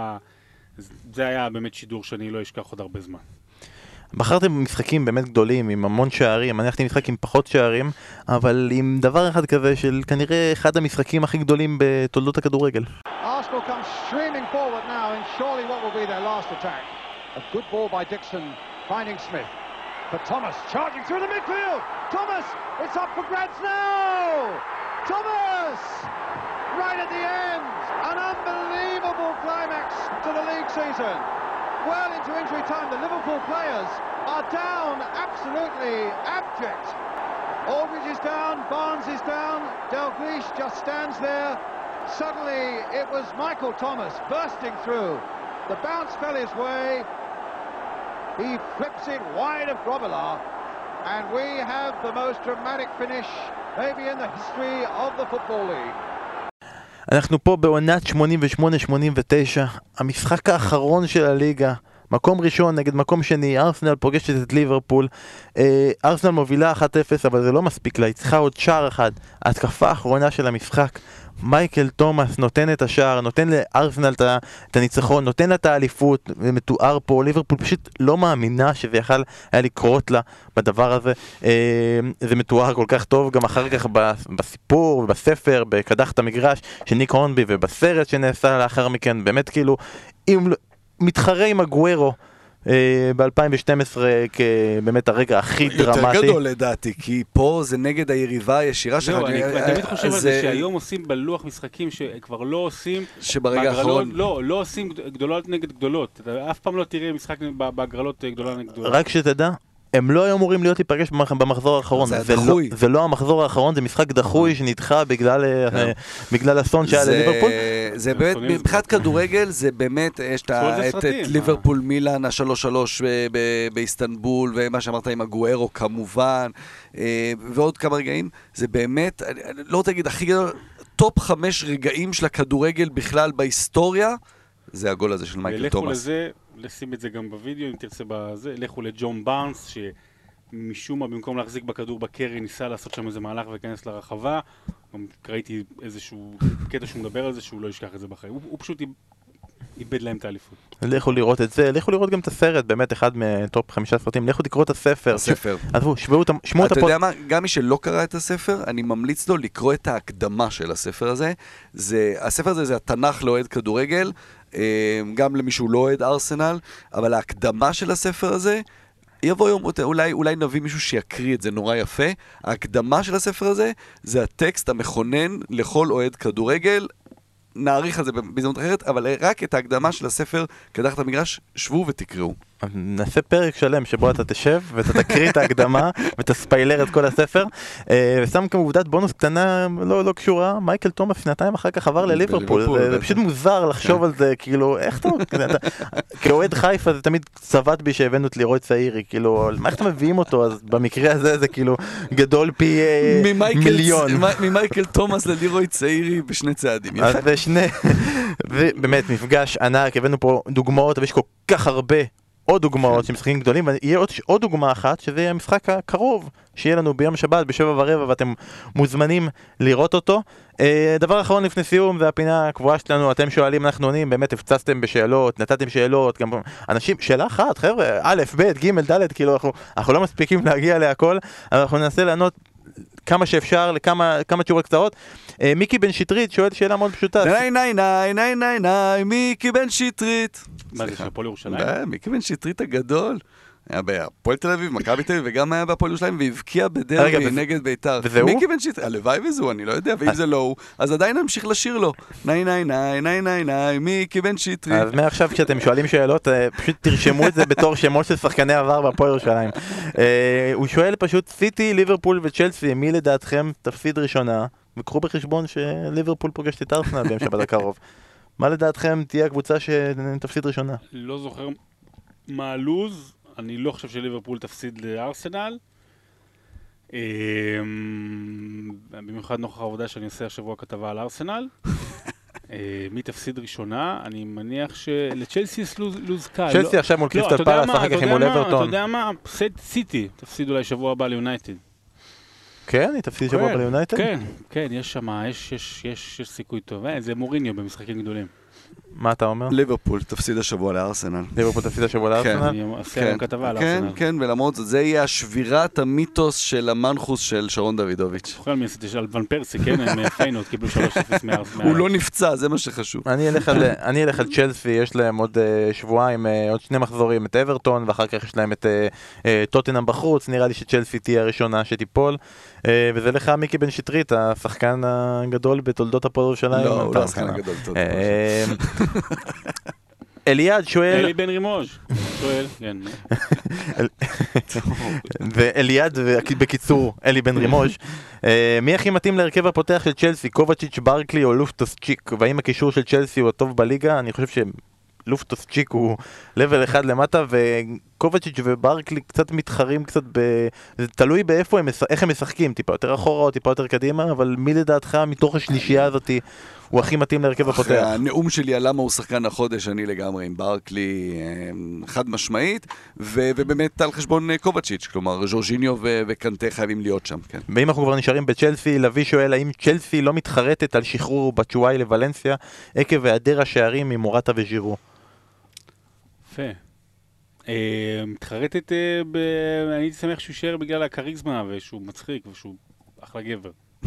Speaker 3: זה היה באמת שידור שאני לא אשכח עוד הרבה זמן.
Speaker 1: בחרתם משחקים באמת גדולים, עם המון שערים, אני הלכתי משחק עם פחות שערים, אבל עם דבר אחד כזה של כנראה אחד המשחקים הכי גדולים בתולדות הכדורגל.
Speaker 5: Arsenal comes streaming forward now in surely what will be their last attack. A good ball by Dixon, finding Smith. For Thomas, charging through the midfield. Thomas, it's up for grabs now. Thomas, right at the end. An unbelievable climax to the league season. Well into injury time, the Liverpool players are down, absolutely abject. Aldridge is down, Barnes is down, Dalglish just stands there. Suddenly it was Michael Thomas bursting through. The bounce fell his way. He flips it wide of Grobbelaar, and we have the most dramatic finish maybe in the history of the Football League.
Speaker 1: אנחנו פה בעונת 88-89, המשחק האחרון של הליגה, מקום ראשון נגד מקום שני, ארסנל פוגשת את ליברפול, ארסנל מובילה 1-0, אבל זה לא מספיק לה, היא צריכה עוד שער אחד, ההתקפה האחרונה של המשחק, מייקל תומאס נותן את השער, נותן לארסנל את הניצחון, נותן לה את האליפות, מתואר פה, ליברפול פשוט לא מאמינה שזה יכל היה לקרות לה בדבר הזה, זה מתואר כל כך טוב, גם אחר כך בסיפור ובספר, בקדחת המגרש של ניק הורנבי ובסרט שנעשה לאחר מכן, באמת כאילו, מתחרה עם הגוארו, ב-2012 כבאמת הרגע הכי דרמטי.
Speaker 2: יותר גדול לדעתי, כי פה זה נגד היריבה הישירה שלך.
Speaker 3: אני באמת חושב על זה שהיום עושים בלוח משחקים שכבר לא עושים
Speaker 2: שברגע האחרון
Speaker 3: לא עושים גדולות נגד גדולות. אף פעם לא תראה משחק בהגרלות גדולה נגד גדולה.
Speaker 1: רק שתדע, הם לא היו אמורים להיות להיפגש במחזור האחרון. זה לא המחזור האחרון, זה משחק דחוי שנדחה בגלל אסון שהיה לליברפול.
Speaker 2: זה באמת, מבחינת כדורגל, זה באמת, יש את ליברפול מילאן, ה-3-3 באיסטנבול, ומה שאמרת עם הגוארו כמובן, ועוד כמה רגעים, זה באמת, לא רוצה להגיד הכי גדול, טופ 5 רגעים של הכדורגל בכלל בהיסטוריה, זה הגול הזה של מייקל תומאס.
Speaker 3: לכו לזה, לשים את זה גם בווידאו, אם תרצה בזה, לכו לג'ון בארנס, שמשום מה במקום להחזיק בכדור בקרי, ניסה לעשות שם איזה מהלך וכנס לרחבה, גם ראיתי איזשהו קטע שהוא מדבר על זה, שהוא לא ישכח את זה בחיים. הוא פשוט איבד להם את האליפות.
Speaker 1: לכו לראות את זה, לכו לראות גם את הסרט, באמת אחד מטופ 5 סרטים, לכו תקראו את הספר. עזבו, שמעו אותם.
Speaker 2: אתה יודע מה, גם מי שלא קרא את הספר, אני ממליץ לו לקרוא את ההקדמה של הספר הזה. הספר הזה זה התנ"ך לאוהד כדורגל, גם למישהו לא אוהד ארסנל, אבל ההקדמה של הספר הזה, יבוא יום, אולי נביא מישהו שיקריא את זה נורא יפה. ההקדמה של הספר הזה, זה הטקסט המכונן לכל אוהד כדורגל, נעריך על זה בהזדמנות אחרת, אבל רק את ההקדמה של הספר, קדחת המגרש, שבו ותקראו.
Speaker 1: נעשה פרק שלם שבו אתה תשב ואתה תקריא את ההקדמה ותספיילר את כל הספר, ושם כמובדת בונוס קטנה לא קשורה, מייקל תומאס שנתיים אחר כך עבר לליברפול, זה פשוט מוזר לחשוב על זה, כאילו איך אתה, כאוהד חיפה זה תמיד צבט בי שהבאנו את לירוי צעירי, כאילו מה איך אתם מביאים אותו, אז במקרה הזה זה כאילו גדול פי מיליון.
Speaker 2: ממייקל תומאס ללירוי צעירי בשני צעדים.
Speaker 1: ובאמת מפגש ענק, הבאנו פה דוגמאות, ויש כל כך הרבה עוד דוגמאות של משחקים גדולים, ויהיה עוד דוגמה אחת, שזה המשחק הקרוב, שיהיה לנו ביום שבת ב7:15, ואתם מוזמנים לראות אותו. דבר אחרון לפני סיום, זה הפינה הקבועה שלנו, אתם שואלים, אנחנו עונים, באמת הפצצתם בשאלות, נתתם שאלות, גם אנשים, שאלה אחת, חבר'ה, א', ב', ג', ד', כאילו אנחנו לא מספיקים להגיע להכל, אבל אנחנו ננסה לענות כמה שאפשר, לכמה תשובות קצרות. מיקי בן שטרית שואל שאלה מאוד פשוטה.
Speaker 2: ניי, מיקי בן שטרית.
Speaker 3: מה זה, של הפועל ירושלים?
Speaker 2: מיקי בן שטרית הגדול. היה בהפועל תל אביב, מכבי תל אביב, וגם היה בהפועל ירושלים, והבקיע בדרבי נגד בית"ר.
Speaker 1: וזה הוא?
Speaker 2: מיקי בן שטרית, הלוואי וזו, אני לא יודע, ואם זה לא הוא, אז עדיין נמשיך לשיר לו. ניי, מיקי בן שטרית.
Speaker 1: אז מעכשיו כשאתם שואלים שאלות, פשוט תרשמו את זה בתור שמות של שחקני עבר בהפועל ירושלים. הוא שואל פשוט, סיטי, ליברפול וצ'לסי, מי לדעתכם תפסיד ראשונה? וקחו בחשבון שליברפול פוגשת את ארסנל ביום שבת הקרוב. מה לדעתכם תהיה הקבוצה שתפסיד ראשונה?
Speaker 3: לא זוכר מה הלוז. אני לא חושב שליברפול תפסיד לארסנל. במיוחד נוכח העובדה שאני עושה השבוע כתבה על ארסנל. מי תפסיד ראשונה? אני מניח שלצ'לסי יש לוז קל.
Speaker 1: צ'לסי עכשיו מול קריסטל פאלאס, אחר כך מול אברטון.
Speaker 3: אתה יודע מה? סיטי תפסיד אולי שבוע הבא ליונייטד.
Speaker 1: כן? היא תפסיד שבוע הבא ליונייטד?
Speaker 3: כן, יש שם, יש סיכוי טוב. זה מוריניו במשחקים גדולים.
Speaker 1: מה אתה אומר?
Speaker 2: ליברפול תפסיד השבוע לארסנל.
Speaker 1: ליברפול תפסיד השבוע לארסנל?
Speaker 3: אני אעשה היום כתבה על ארסנל.
Speaker 2: כן, ולמרות זאת, זה יהיה השבירת המיתוס של המנחוס של שרון דוידוביץ'.
Speaker 3: זוכר מי עשיתי של ון פרסי, כן? הם פיינורד, קיבלו 3-0 מארסנל.
Speaker 2: הוא לא נפצע, זה מה שחשוב.
Speaker 1: אני אלך על צ'לסי, יש להם עוד שבועיים, עוד 2 מחזורים, את אברטון, ואחר כך יש להם את טוטנהאם בחוץ, נראה לי שצ'לסי תהיה הראשונה שתיפול, וזה לך מיקי בן שטרית, השחקן הגדול בתולדות הפועל ירושלים.
Speaker 2: לא, הוא לא השחקן הגדול,
Speaker 1: אליעד שואל...
Speaker 3: אלי בן רימוז' שואל, כן.
Speaker 1: ואליעד, בקיצור, אלי בן רימוז' מי הכי מתאים להרכב הפותח של צ'לסי? קובצ'יץ', ברקלי או לופטוס צ'יק? והאם הקישור של צ'לסי הוא הטוב בליגה? אני חושב שלופטוס צ'יק הוא לבל אחד למטה, וקובצ'יץ' וברקלי קצת מתחרים קצת זה תלוי באיפה איך הם משחקים, טיפה יותר אחורה או טיפה יותר קדימה, אבל מי לדעתך מתוך השלישייה הזאת הוא הכי מתאים להרכב הפותח?
Speaker 2: הנאום שלי על למה הוא שחקן החודש, אני לגמרי עם ברקלי חד משמעית, ובאמת על חשבון קובצ'יץ', כלומר ז'ורג'יניו וקנטה חייבים להיות שם, כן.
Speaker 1: ואם אנחנו כבר נשארים בצ'לסי, לוי שואל האם צ'לסי לא מתחרטת על שחרור בצ'ואי לוולנסיה עקב היעדר השערים ממורטה וז'ירו?
Speaker 3: יפה. מתחרטת, אני הייתי שמח שהוא יישאר בגלל הקריזמה ושהוא מצחיק ושהוא אחלה גבר.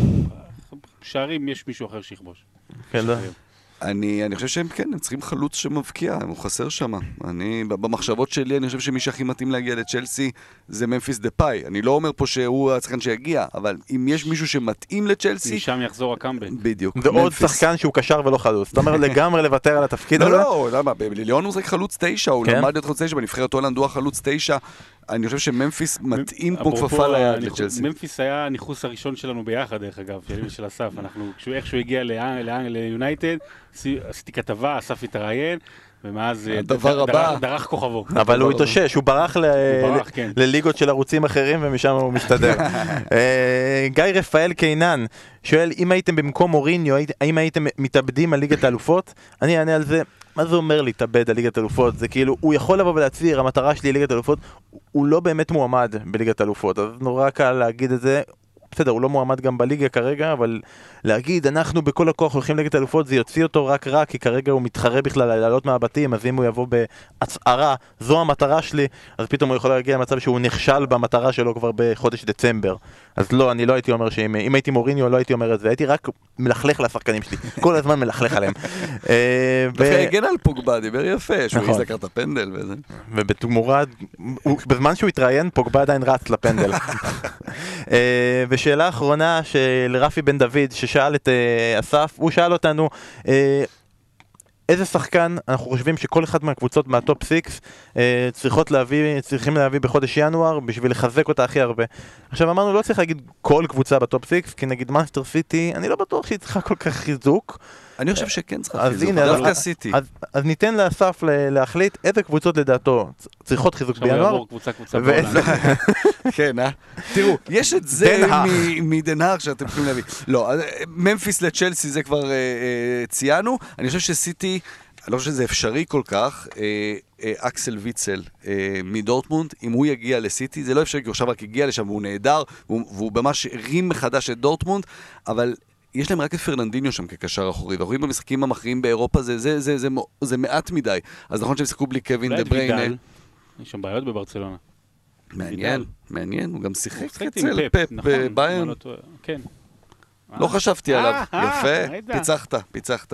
Speaker 3: שערים יש מישהו אחר שיכבוש.
Speaker 1: כן, לא.
Speaker 2: אני חושב שהם כן, הם צריכים חלוץ שמבקיע, הוא חסר שם. במחשבות שלי, אני חושב שמי שהכי מתאים להגיע לצ'לסי זה ממפיס דפאי. אני לא אומר פה שהוא השחקן שיגיע, אבל אם יש מישהו שמתאים לצ'לסי...
Speaker 3: משם יחזור הקאמבק.
Speaker 2: בדיוק.
Speaker 1: ועוד שחקן שהוא קשר ולא חלוץ. זאת אומרת לגמרי לוותר על התפקיד הזה?
Speaker 2: לא, למה? בליליון הוא זה חלוץ 9, הוא למד להיות חלוץ 9, בנבחרת הולנד הוא החלוץ 9. אני חושב שממפיס מתאים כמו כפפה ליד לצ'לסי.
Speaker 3: ממפיס היה הניחוס הראשון שלנו ביחד, דרך אגב, של אסף. איך שהוא הגיע ליונייטד, עשיתי כתבה, אסף התראיין, ומאז דרך כוכבו.
Speaker 1: אבל הוא התאושש, הוא ברח לליגות של ערוצים אחרים, ומשם הוא מסתדר. גיא רפאל קיינן שואל, אם הייתם במקום מוריניו, האם הייתם מתאבדים על ליגת האלופות? אני אענה על זה. מה זה אומר להתאבד על ליגת אלופות? זה כאילו, הוא יכול לבוא ולהצהיר, המטרה שלי היא ליגת אלופות, הוא לא באמת מועמד בליגת אלופות, אז נורא קל להגיד את זה. בסדר, הוא לא מועמד גם בליגה כרגע, אבל להגיד, אנחנו בכל הכוח הולכים ליגת אלופות, זה יוציא אותו רק רע, כי כרגע הוא מתחרה בכלל לעלות מהבתים, אז אם הוא יבוא בהצהרה, זו המטרה שלי, אז פתאום הוא יכול להגיע למצב שהוא נכשל במטרה שלו כבר בחודש דצמבר. אז לא, אני לא הייתי אומר שאם הייתי מוריניו, לא הייתי אומר את זה, הייתי רק מלכלך לשחקנים שלי, כל הזמן מלכלך עליהם.
Speaker 2: דווקא הגן על פוגבה, דיבר יפה, שהוא יזכר את הפנדל וזה.
Speaker 1: ובתמורה, בזמן שהוא התראיין, פוגבה עדיין רץ לפנדל. ושאלה אחרונה של רפי בן דוד ששאל את אסף, הוא שאל אותנו איזה שחקן אנחנו חושבים שכל אחד מהקבוצות מהטופ 6 צריכים להביא בחודש ינואר בשביל לחזק אותה הכי הרבה. עכשיו אמרנו לא צריך להגיד כל קבוצה בטופ 6, כי נגיד מנסטר סיטי אני לא בטוח שהיא צריכה כל כך חיזוק.
Speaker 2: אני חושב שכן צריכה חיזוק, דווקא סיטי.
Speaker 1: אז ניתן לאסף להחליט איזה קבוצות לדעתו צריכות חיזוק בינואר.
Speaker 3: קבוצה בעולם.
Speaker 2: כן, תראו, יש את זה מדנהר שאתם יכולים להביא. לא, ממפיס לצ'לסי זה כבר ציינו. אני חושב שסיטי, אני לא חושב שזה אפשרי כל כך, אקסל ויצל מדורטמונד, אם הוא יגיע לסיטי, זה לא אפשרי, כי הוא עכשיו רק הגיע לשם והוא נהדר, והוא ממש הרים מחדש את דורטמונד, אבל יש להם רק את פרננדיניו שם כקשר אחורי, ואנחנו רואים במשחקים המכריעים באירופה, זה מעט מדי. אז נכון שהם שיחקו בלי קווין דה בריינה.
Speaker 3: יש שם בעיות בברצלונה.
Speaker 2: מעניין, הוא גם שיחק
Speaker 3: עם
Speaker 2: אצל
Speaker 3: פפ,
Speaker 2: פפ
Speaker 3: נכון,
Speaker 2: בביירן.
Speaker 3: כן.
Speaker 2: לא חשבתי עליו, יפה, פיצחת.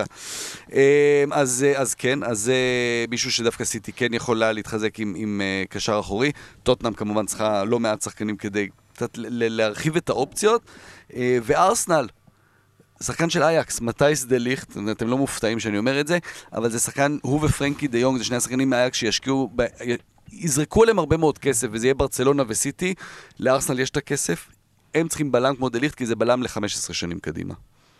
Speaker 2: אז כן, אז מישהו שדווקא סיטי כן יכולה להתחזק עם קשר אחורי. טוטנהאם כמובן צריכה לא מעט שחקנים כדי קצת להרחיב את האופציות. וארסנל, שחקן של אייקס, מתייס דה ליכט, אתם לא מופתעים שאני אומר את זה, אבל זה שחקן, הוא ופרנקי דה יונג, זה שני השחקנים מאייקס שישקיעו, יזרקו עליהם הרבה מאוד כסף, וזה יהיה ברצלונה וסיטי. לארסנל יש את הכסף, הם צריכים בלם כמו דה ליכט, כי זה בלם ל-15 שנים קדימה.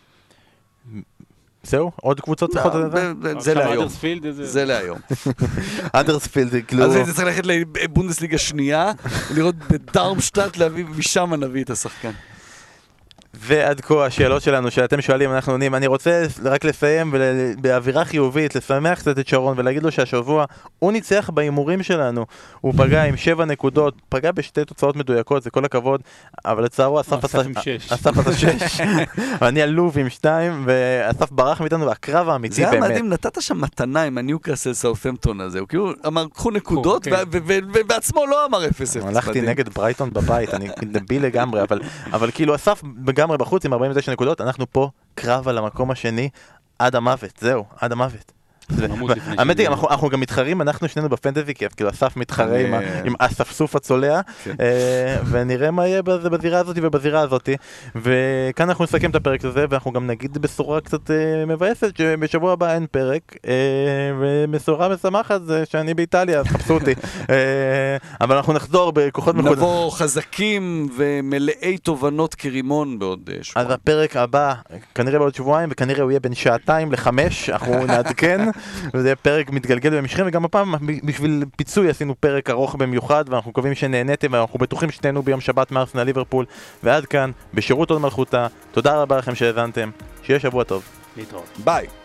Speaker 1: זהו? עוד קבוצות צריכות את זה?
Speaker 2: זה להיום. זה להיום.
Speaker 1: אדרספילד, כאילו...
Speaker 2: אז זה צריך ללכת לבונדסליגה שנייה, לראות בדרמשטאט, להביא, משם נביא את השחקן.
Speaker 1: ועד כה השאלות שלנו שאתם שואלים, אנחנו עונים. אני רוצה רק לסיים באווירה חיובית, לשמח קצת את שרון ולהגיד לו שהשבוע הוא ניצח בהימורים שלנו. הוא פגע עם 7 נקודות, פגע בשתי תוצאות מדויקות, זה כל הכבוד, אבל לצערו אסף עשה 6. ואני עלוב עם 2, ואסף ברח מאיתנו, והקרב האמיתי באמת.
Speaker 2: זה היה מדהים, נתת שם מתנה עם הניוקאסל סאות'המפטון הזה, הוא כאילו אמר, קחו נקודות, ובעצמו לא אמר 0-0.
Speaker 1: הלכתי נגד ברייטון בבית, אני דביל לגמרי, אבל כאילו אסף לגמרי בחוץ עם 49 נקודות, אנחנו פה קרב על המקום השני עד המוות, זהו, עד המוות. האמת היא, אנחנו גם מתחרים, אנחנו שנינו בפנטזי כיף, כאילו אסף מתחרה עם אספסוף הצולע, ונראה מה יהיה בזירה הזאת ובזירה הזאת, וכאן אנחנו נסכם את הפרק הזה, ואנחנו גם נגיד בשורה קצת מבאסת, שבשבוע הבא אין פרק, ובשורה משמחת זה שאני באיטליה, אז חפשו אותי, אבל אנחנו נחזור בכוחות מחודשים.
Speaker 2: נבוא חזקים ומלאי תובנות כרימון בעוד שבועיים.
Speaker 1: אז הפרק הבא, כנראה בעוד שבועיים, וכנראה הוא יהיה בין 2:00 ל-5:00, אנחנו נעדכן. וזה פרק מתגלגל במשכם, וגם הפעם בשביל פיצוי עשינו פרק ארוך במיוחד, ואנחנו מקווים שנהניתם, ואנחנו בטוחים שתהנו ביום שבת מארסנל ליברפול. ועד כאן, בשירות עוד מלכותה, תודה רבה לכם שהאזנתם, שיהיה שבוע טוב.
Speaker 3: להתראות.
Speaker 2: ביי.